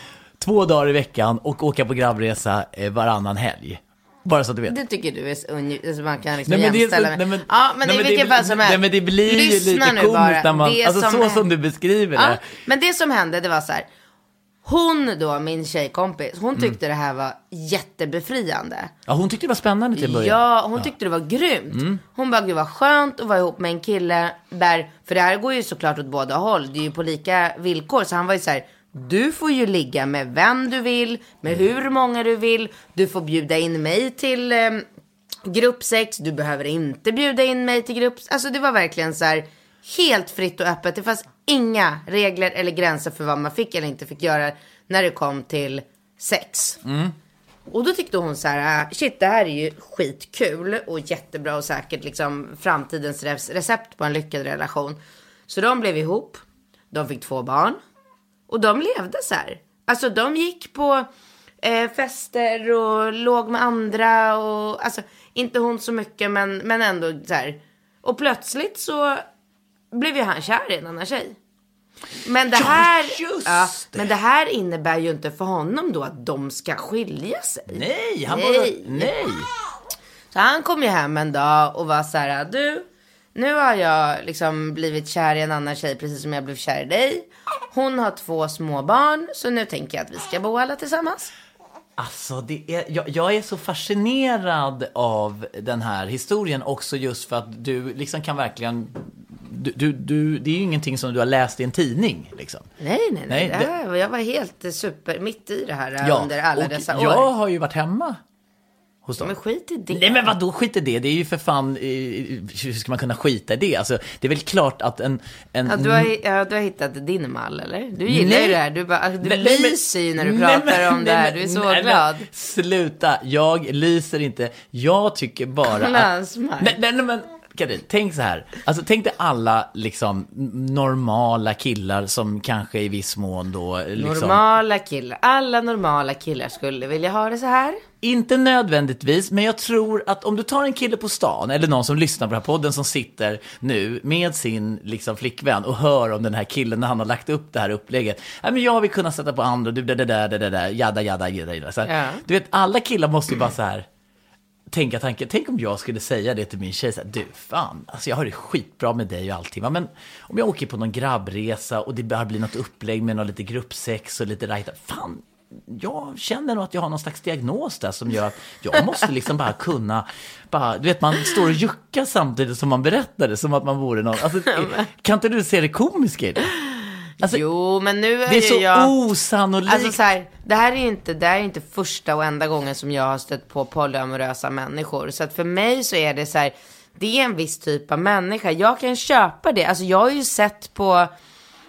2 dagar i veckan och åka på grabbresa varannan helg. Bara så att du vet. Det tycker du är så man kan liksom jämställa med. Ja, men i vilket fall som helst. Nej, men det blir ju lite komiskt när man, alltså som du beskriver det. Men det som hände, det var så här. Hon då, min tjejkompis, hon tyckte det här var jättebefriande. Ja, hon tyckte det var spännande till början. Ja, hon tyckte det var grymt. Hon bara, gud vad skönt att vara ihop med en kille där, för det här går ju såklart åt båda håll. Det är ju på lika villkor, så han var ju så här: du får ju ligga med vem du vill, med hur många du vill. Du får bjuda in mig till gruppsex. Du behöver inte bjuda in mig till gruppsex. Alltså det var verkligen så här helt fritt och öppet. Det fanns inga regler eller gränser för vad man fick eller inte fick göra när det kom till sex. Och då tyckte hon så här: shit, det här är ju skitkul och jättebra och säkert liksom framtidens recept på en lyckad relation. Så de blev ihop. De fick 2 barn. Och de levde så här. Alltså de gick på fester och låg med andra. Och, alltså inte hon så mycket, men ändå så här. Och plötsligt så blev ju han kär i en annan tjej. Men det här, men det här innebär ju inte för honom då att de ska skilja sig. Nej, nej. Så han kom ju hem en dag och var så här: du, nu har jag liksom blivit kär i en annan tjej precis som jag blev kär i dig. Hon har 2 små barn, så nu tänker jag att vi ska bo alla tillsammans. Alltså, jag är så fascinerad av den här historien också, just för att du liksom kan verkligen... det är ju ingenting som du har läst i en tidning liksom. Nej. Jag var helt super mitt i det här under alla dessa år. Jag har ju varit hemma hos dem. Men skit i det. Nej, men vadå skit i det? Det är ju för fan, hur ska man kunna skita i det? Alltså, det är väl klart att en... Ja, du har hittat din mall, eller? Du gillar ju det här. Du lyser ju när du pratar om det här. Du är så glad. Sluta, jag lyser inte. Jag tycker bara att... Nej, men... Karin, tänk så här. Alltså, tänk dig alla liksom normala killar som kanske i viss mån då liksom... Normala killar. Alla normala killar skulle vilja ha det så här. Inte nödvändigtvis, men jag tror att om du tar en kille på stan eller någon som lyssnar på den här podden som sitter nu med sin liksom flickvän och hör om den här killen när han har lagt upp det här upplägget. Nej, men jag vill kunna sätta på andra, du där, jada. Så här, ja. Du vet, alla killar måste ju bara så här tänk om jag skulle säga det till min tjej så här: du, fan, alltså jag har det skitbra med dig och allting, men om jag åker på någon grabbresa och det bara blir något upplägg med något lite gruppsex och lite rajta, fan, jag känner nog att jag har någon slags diagnos där som gör att jag måste liksom bara kunna, du vet, man står och juckar samtidigt som man berättar det, som att man vore någon, alltså, kan inte du se det komiska i det? Alltså, jo, men nu är det är så osannolikt. Alltså så här, det här är inte första och enda gången som jag har stött på polyamorösa människor. Så att för mig så är det så här, det är en viss typ av människa. Jag kan köpa det. Alltså jag har ju sett på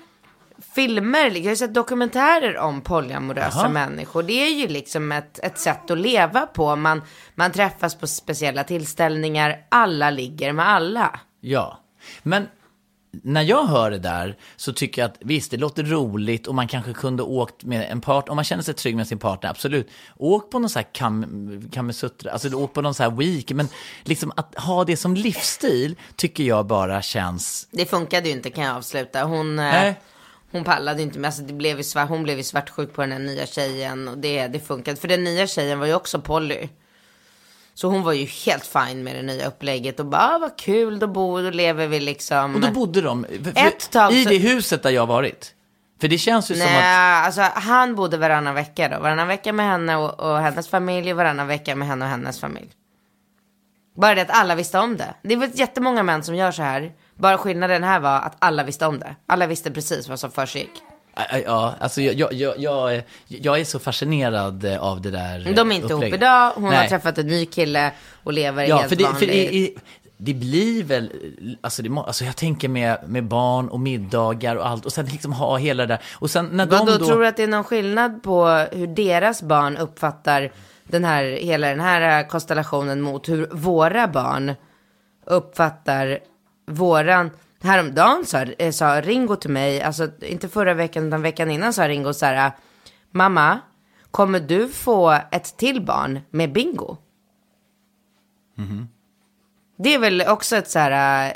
filmer, jag har sett dokumentärer om polyamorösa människor. Det är ju liksom ett sätt att leva på. Man träffas på speciella tillställningar, alla ligger med alla. Ja, men när jag hör det där så tycker jag att visst, det låter roligt och man kanske kunde åkt med en partner, om man känner sig trygg med sin partner, absolut. Åk på någon så här kammesutra, alltså åk på någon så här week, men liksom att ha det som livsstil tycker jag bara känns... Det funkade ju inte, kan jag avsluta. Hon pallade inte med, alltså hon blev ju svartsjuk på den här nya tjejen och det funkade. För den nya tjejen var ju också poly. Så hon var ju helt fine med det nya upplägget och bara, vad kul, då lever vi liksom. Och då bodde de ett tag i det huset där jag varit. För det känns ju som att... alltså han bodde varannan vecka då. Varannan vecka med henne och hennes familj och varannan vecka med henne och hennes familj. Bara det att alla visste om det. Det är väl jättemånga män som gör så här. Bara skillnaden här var att alla visste om det. Alla visste precis vad som försiggick. Ja, alltså jag är så fascinerad av det där. De är inte ihop idag. Hon har träffat en ny kille och lever helt vanligt. Det blir väl, alltså jag tänker med barn och middagar och allt. Och sen liksom ha hela det där. Och sen när då tror du att det är någon skillnad på hur deras barn uppfattar hela den här konstellationen mot hur våra barn uppfattar våran... Häromdagen sa Ringo till mig, alltså inte förra veckan utan veckan innan, sa Ringo så här: mamma, kommer du få ett till barn med Bingo? Mm-hmm. Det är väl också ett så här,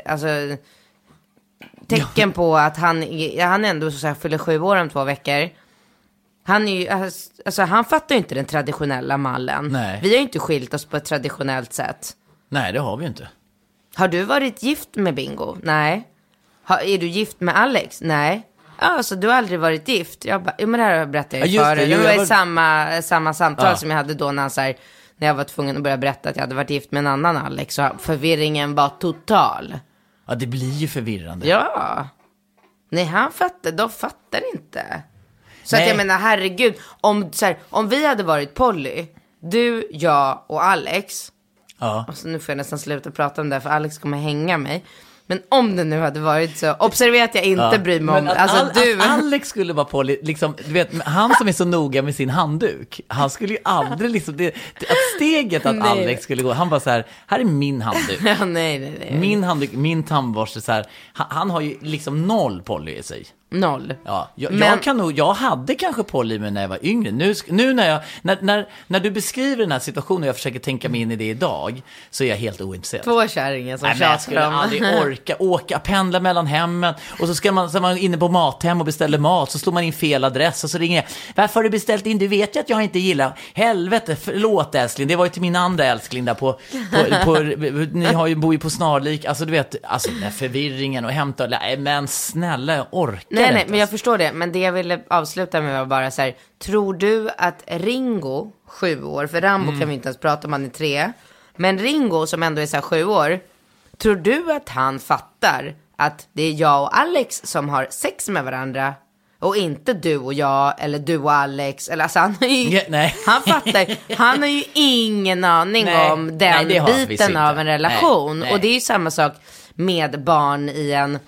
tecken på att han ändå så här fyller 7 år om 2 veckor. Han är ju, alltså han fattar ju inte den traditionella mallen. Nej. Vi har ju inte skilt oss på ett traditionellt sätt. Nej, det har vi inte. Har du varit gift med Bingo? Nej. Är du gift med Alex? Nej. Så du har aldrig varit gift? Jag bara, men det här berättade jag för dig. Det var samma samtal som jag hade då när jag var tvungen att börja berätta att jag hade varit gift med en annan Alex. Så förvirringen var total. Ja, det blir ju förvirrande. Ja. Nej, de fattar inte. Så att jag menar, herregud. Om vi hade varit poly, du, jag och Alex... Ja. Alltså, nu får jag nästan sluta prata om det för Alex kommer hänga mig. Men om det nu hade varit så, observera att jag inte bryr mig om att Alex skulle vara på liksom, du vet, han som är så noga med sin handduk, han skulle ju aldrig liksom att steget att Alex skulle gå, han bara så här är min handduk. nej. Min handduk, min tandborste så här, han har ju liksom 0 poly i sig. 0. Ja, jag hade kanske poly när jag var yngre. Nu när du beskriver den här situationen och jag försöker tänka mig in i det idag, så är jag helt ointresserad. 2 kärringar som tjatar om. Jag skulle aldrig åka, pendla mellan hemmen. Och så är man inne på Mathem och beställer mat. Så slår man in fel adress och så ringer jag. Varför har du beställt in? Du vet ju att jag inte gillar. Helvete, förlåt älskling. Det var ju till min andra älskling där på ni bor ju på Snarlik. Alltså du vet, alltså den här förvirringen och hämta. Nej men snälla, jag orkar. Nej, men jag förstår det. Men det jag ville avsluta med var bara så här: tror du att Ringo, 7 år, för Rambo kan vi inte ens prata om, han är 3. Men Ringo som ändå är så här 7 år, tror du att han fattar att det är jag och Alex som har sex med varandra och inte du och jag eller du och Alex? Eller alltså han fattar, han har ju ingen aning om den biten av en relation. Nej. Och det är ju samma sak med barn i en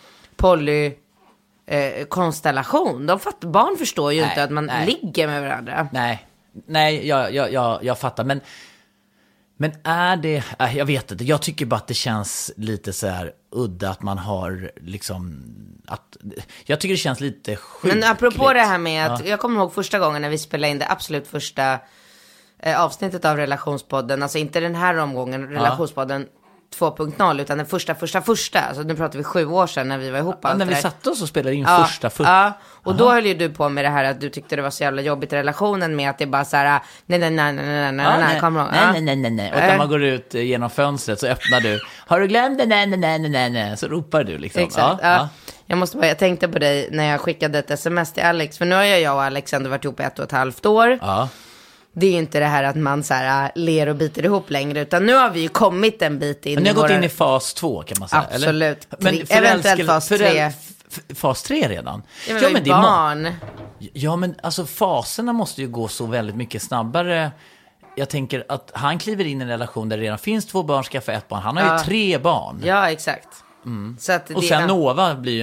konstellation. Barn förstår ju inte att man ligger med varandra. Nej, jag fattar. Men är det... jag vet inte. Jag tycker bara att det känns lite så här udda att man har liksom... jag tycker det känns lite sjukt. Men apropå det här med att... Jag kommer ihåg första gången när vi spelade in det absolut första avsnittet av Relationspodden. Alltså inte den här omgången, Relationspodden 2.0, utan den första. Alltså nu pratar vi 7 år sedan när vi var ihop. När vi satte oss och spelade in första. Ja, och då höll ju du på med det här att du tyckte det var så jävla jobbigt i relationen med att det bara så här, nej, kommer nej. Och när man går ut genom fönstret så öppnar du. Har du glömt det? Nej. Så ropar du liksom. Exakt, Jag tänkte på dig när jag skickade ett sms till Alex. För nu har jag och Alex ändå varit ihop 1,5 år. Ja. Det är ju inte det här att man så här ler och biter ihop längre, utan nu har vi ju kommit en bit in. Men ni har gått in i fas 2 kan man säga. Absolut. Men eventuellt fas 3. Fas 3 redan? Ja, men det är barn. Ja, men alltså faserna måste ju gå så väldigt mycket snabbare. Jag tänker att han kliver in i en relation där det redan finns 2 barn, skaffa 1 barn. Han har ju 3 barn. Ja, exakt. Så att och sen Nova blir ju en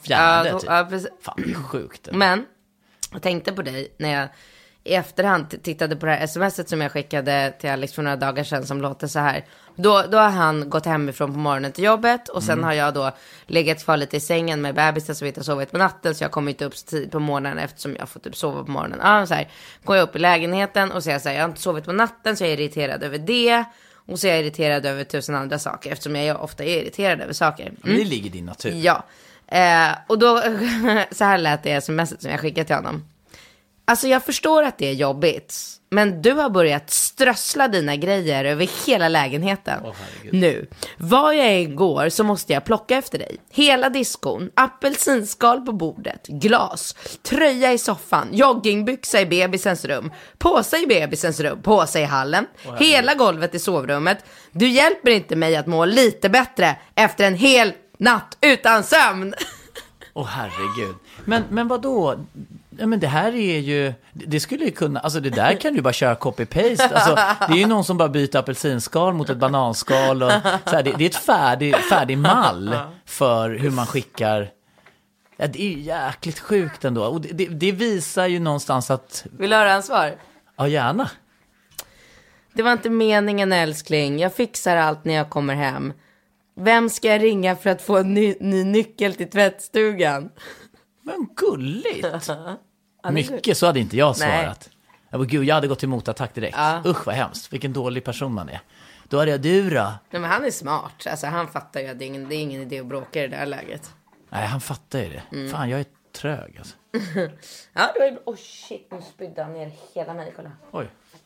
fjärde typ. Ja, precis. Fan, det är sjukt. Men jag tänkte på dig när jag i efterhand tittade på det här smset som jag skickade till Alex för några dagar sedan som låter så här. Då har han gått hemifrån på morgonen till jobbet och sen har jag då legat kvar lite i sängen med bebisen så vi inte har sovit på natten, så jag kommer inte upp så tid på morgonen eftersom jag får typ sova på morgonen. Ja, så här, går jag upp i lägenheten och säger så här, jag har inte sovit på natten så jag är irriterad över det. Och så är jag irriterad över 1000 andra saker eftersom jag ofta är irriterad över saker. Det ligger i din natur. Ja, och då så här lät det smset som jag skickade till honom. Alltså jag förstår att det är jobbigt, men du har börjat strössla dina grejer över hela lägenheten. Nu, var jag än går så måste jag plocka efter dig. Hela diskon, apelsinskal på bordet, glas, tröja i soffan, joggingbyxa i bebisens rum, påse i bebisens rum, påse i hallen, hela golvet i sovrummet. Du hjälper inte mig att må lite bättre efter en hel natt utan sömn. Herregud. Men vadå? Ja, men det här är ju, det skulle ju kunna, alltså det där kan du bara köra copy-paste. Alltså, det är ju någon som bara byter apelsinskal mot ett bananskal. Och, så här, det är ett färdig mall för hur man skickar. Ja, det är ju jäkligt sjukt ändå. Och det visar ju någonstans att... Vill du höra ansvar? Ja, gärna. Det var inte meningen, älskling. Jag fixar allt när jag kommer hem. Vem ska jag ringa för att få en ny nyckel till tvättstugan? Men gulligt. Mycket så hade inte jag svarat. Gud, jag hade gått emot attack direkt. Usch, vad hemskt. Vilken dålig person man är. Då hade jag du då. Nej, men han är smart. Alltså, han fattar ju att det är ingen idé att bråka i det där läget. Nej, han fattar ju det. Fan, jag är trög alltså. Ja, det var ju... Oh shit, nu spydde han ner hela mig. Kolla. Oj.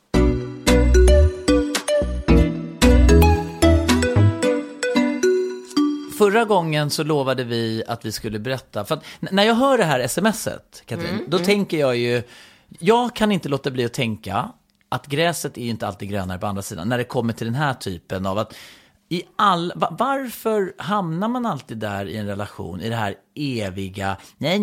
Förra gången så lovade vi att vi skulle berätta. För att när jag hör det här smset, Katrin, då tänker jag ju... Jag kan inte låta bli att tänka att gräset är inte alltid grönare på andra sidan. När det kommer till den här typen av att... Varför hamnar man alltid där i en relation, i det här eviga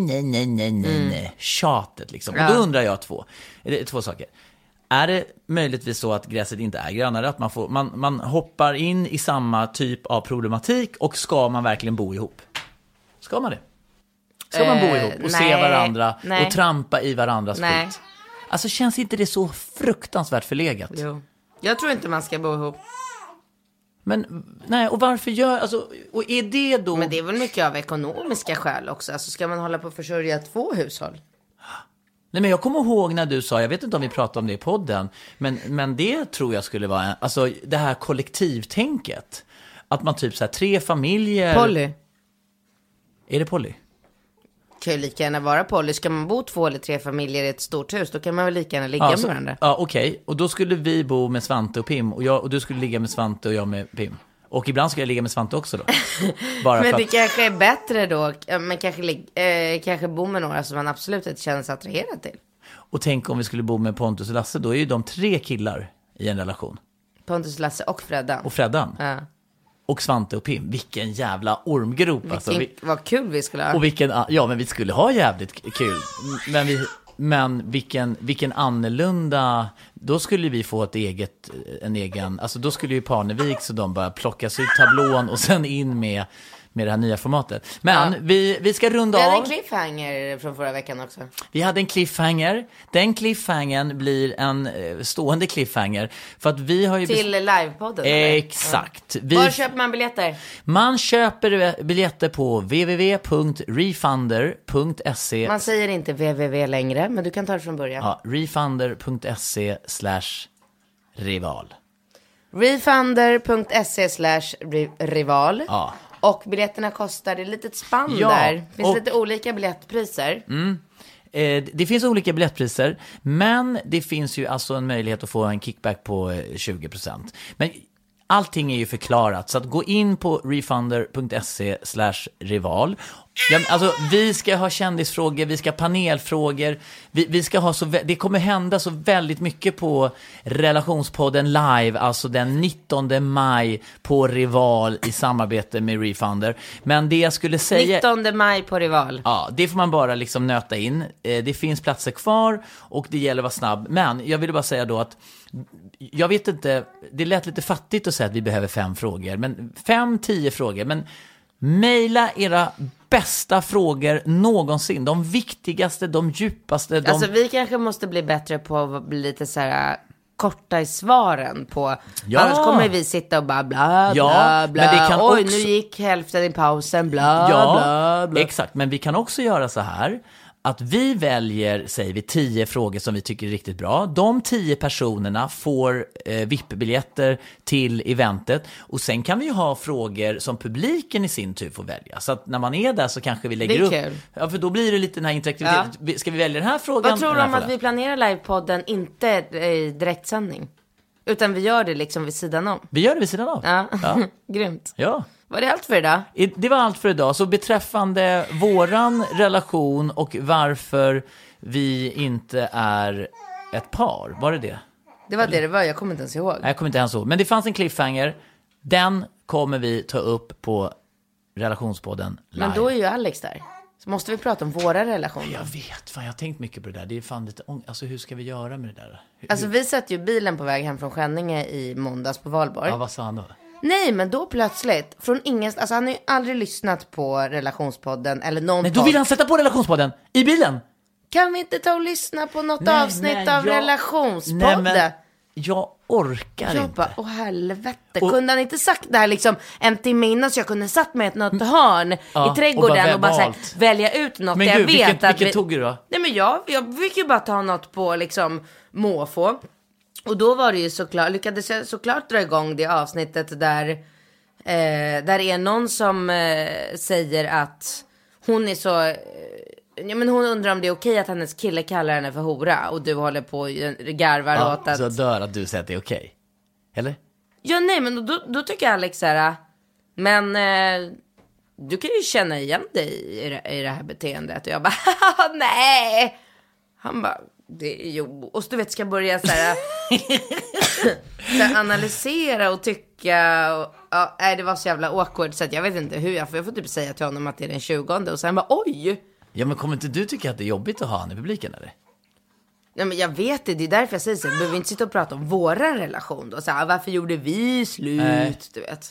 nej, tjatet liksom. Och då undrar jag två saker. Är det möjligtvis så att gräset inte är grönare? Att man hoppar in i samma typ av problematik, och ska man verkligen bo ihop? Ska man det? Ska man bo ihop och se varandra och trampa i varandras skit? Alltså känns inte det så fruktansvärt förlegat? Jo. Jag tror inte man ska bo ihop. Men nej, och varför och är det då... Men det är väl mycket av ekonomiska skäl också. Alltså ska man hålla på att försörja 2 hushåll? Nej, men jag kommer ihåg när du sa, jag vet inte om vi pratade om det i podden, men det tror jag skulle vara, alltså det här kollektivtänket. Att man typ så här 3 familjer... Poly. Är det poly? Kan ju lika gärna vara poly. Ska man bo 2 eller 3 familjer i ett stort hus, då kan man väl lika gärna ligga med varandra. Ja, okej. Och då skulle vi bo med Svante och Pim, och du skulle ligga med Svante och jag med Pim. Och ibland skulle jag ligga med Svante också då. Bara men för det kanske är bättre då. Men kanske bo med några som man absolut inte känner sig attraherad till. Och tänk om vi skulle bo med Pontus och Lasse. Då är ju de 3 killar i en relation. Pontus, Lasse och Freddan. Och Freddan. Ja. Och Svante och Pim. Vilken jävla ormgrop. Vad kul vi skulle ha. Och men vi skulle ha jävligt kul. Men vilken annorlunda... Då skulle vi få en egen... Alltså då skulle ju Parnevik, så de bara plockas ut tablån och sen in med det här nya formatet. Men vi ska runda av. Vi hade en cliffhanger från förra veckan också. Vi hade en cliffhanger. Den cliffhangern blir en stående cliffhanger. För att vi har ju... Till livepodden. Exakt. Var köper man biljetter? Man köper biljetter på www.refunder.se. Man säger inte www längre, men du kan ta det från början. Ja, refunder.se/rival. Refunder.se/rival. Ja. Och biljetterna kostar, det är ett litet spann där. Det finns lite olika biljettpriser. Det finns olika biljettpriser, men det finns ju alltså en möjlighet att få en kickback på 20%. Men allting är ju förklarat, så att gå in på refunder.se/rival. Alltså, vi ska ha kändisfrågor, vi ska ha panelfrågor, vi ska ha det kommer hända så väldigt mycket på Relationspodden live, alltså den 19 maj på Rival i samarbete med Refunder. Men det jag skulle säga... 19 maj på Rival. Ja, det får man bara liksom nöta in. Det finns platser kvar och det gäller att vara snabb. Men jag ville bara säga då att jag vet inte, det lät lite fattigt att säga att vi behöver 5 frågor, men 5-10 frågor, men Maila era bästa frågor någonsin. De viktigaste, de djupaste. Alltså vi kanske måste bli bättre på att bli lite så här korta i svaren på. Ja. Annars kommer vi sitta och bara bla bla bla. Men det kan oj, också... nu gick hälften i pausen, bla bla bla. Exakt, men vi kan också göra så här att vi väljer, säger vi, 10 frågor som vi tycker är riktigt bra. De 10 personerna får VIP-biljetter till eventet. Och sen kan vi ju ha frågor som publiken i sin tur får välja. Så att när man är där så kanske vi lägger upp. Kul. Ja, för då blir det lite den här interaktiviteten. Ja. Ska vi välja den här frågan? Vad tror du om att vi planerar livepodden inte i direktsändning? Utan vi gör det liksom vid sidan om. Vi gör det vid sidan av? Ja. Grymt. Ja. Var det allt för idag? Det var allt för idag. Så beträffande våran relation och varför vi inte är ett par, var det det? Det var det var, jag kommer inte ens ihåg. Nej, jag kommer inte ens ihåg. Men det fanns en cliffhanger. Den kommer vi ta upp på relationspodden live. Men då är ju Alex där. Så måste vi prata om våra relationer. Jag vet, fan, jag har tänkt mycket på det där. Det är fan lite alltså hur ska vi göra med det där? Alltså vi satt ju bilen på väg hem från Skänninge i måndags på Valborg. Ja, vad sa han då? Nej, men då plötsligt, från ingenstans, alltså han har ju aldrig lyssnat på relationspodden eller någon. Nej, då vill han sätta på relationspodden i bilen. Kan vi inte ta och lyssna på något avsnitt av relationspodden? Nej, men jag orkar inte. Jag bara, helvete. Kunde han inte sagt det här liksom en timme innan så jag kunde satt med något hörn i trädgården och bara så här, välja ut något men jag gud, vet att vilken tog du då? Nej, men jag fick ju bara ta något på liksom måfå. Och då var det ju såklart, lyckades jag såklart dra igång det avsnittet där är någon som säger att hon är så... Ja, men hon undrar om det är okej att hennes kille kallar henne för hora. Och du håller på och garvar åt att... Så dör att du säger att det är okej. Eller? Ja, nej, men då tycker Alex så här... Men du kan ju känna igen dig i det här beteendet. Och jag bara, nej. Han bara, det är ju... Och så du vet, ska börja så här... så här analysera och tycka... Och, ja, nej, det var så jävla awkward. Så att jag vet inte hur jag får typ säga till honom att det är den 20:e. Och sen bara, oj... Ja, men kommer inte du tycka att det är jobbigt att ha han i publiken, eller? Nej, men jag vet det är därför jag säger så. Vi behöver inte sitta och prata om våran relation då. Så här, varför gjorde vi slut, du vet?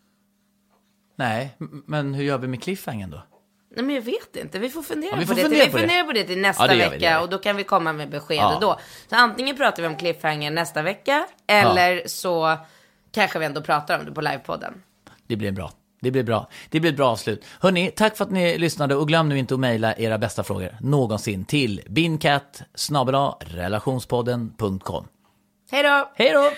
Nej, men hur gör vi med cliffhangern då? Nej, men jag vet inte. Vi får fundera vi på det. Vi funderar på det till nästa vecka. Och då kan vi komma med besked då. Så antingen pratar vi om cliffhanger nästa vecka. Eller så kanske vi ändå pratar om det på livepodden. Det blir bra. Det blir bra. Det blir ett bra avslut. Hörrni, tack för att ni lyssnade. Och glöm nu inte att mejla era bästa frågor någonsin till bincat@relationspodden.com. Hej då! Hej då!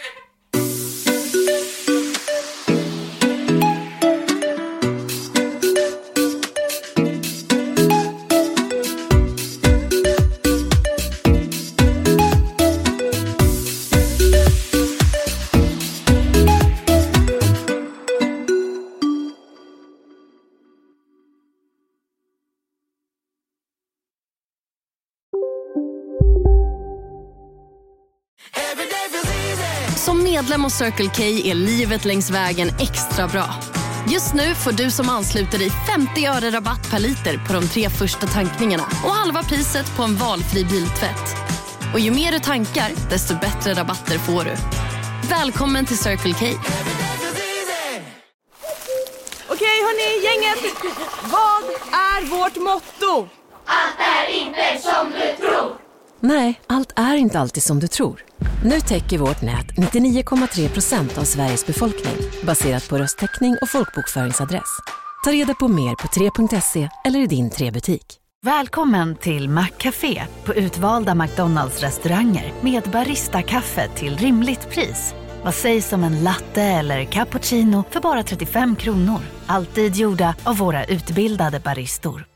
Som medlem hos Circle K är livet längs vägen extra bra. Just nu får du som ansluter dig 50 öre rabatt per liter på de 3 första tankningarna och halva priset på en valfri biltvätt. Och ju mer du tankar, desto bättre rabatter får du. Välkommen till Circle K. Okej, hörni, gänget. Vad är vårt motto? Allt är inte som du tror. Nej, allt är inte alltid som du tror. Nu täcker vårt nät 99,3% av Sveriges befolkning baserat på röstteckning och folkbokföringsadress. Ta reda på mer på 3.se eller i din 3-butik. Välkommen till Maccafé på utvalda McDonalds restauranger med Barista-kaffe till rimligt pris. Vad sägs om en latte eller cappuccino för bara 35 kronor? Alltid gjorda av våra utbildade baristor.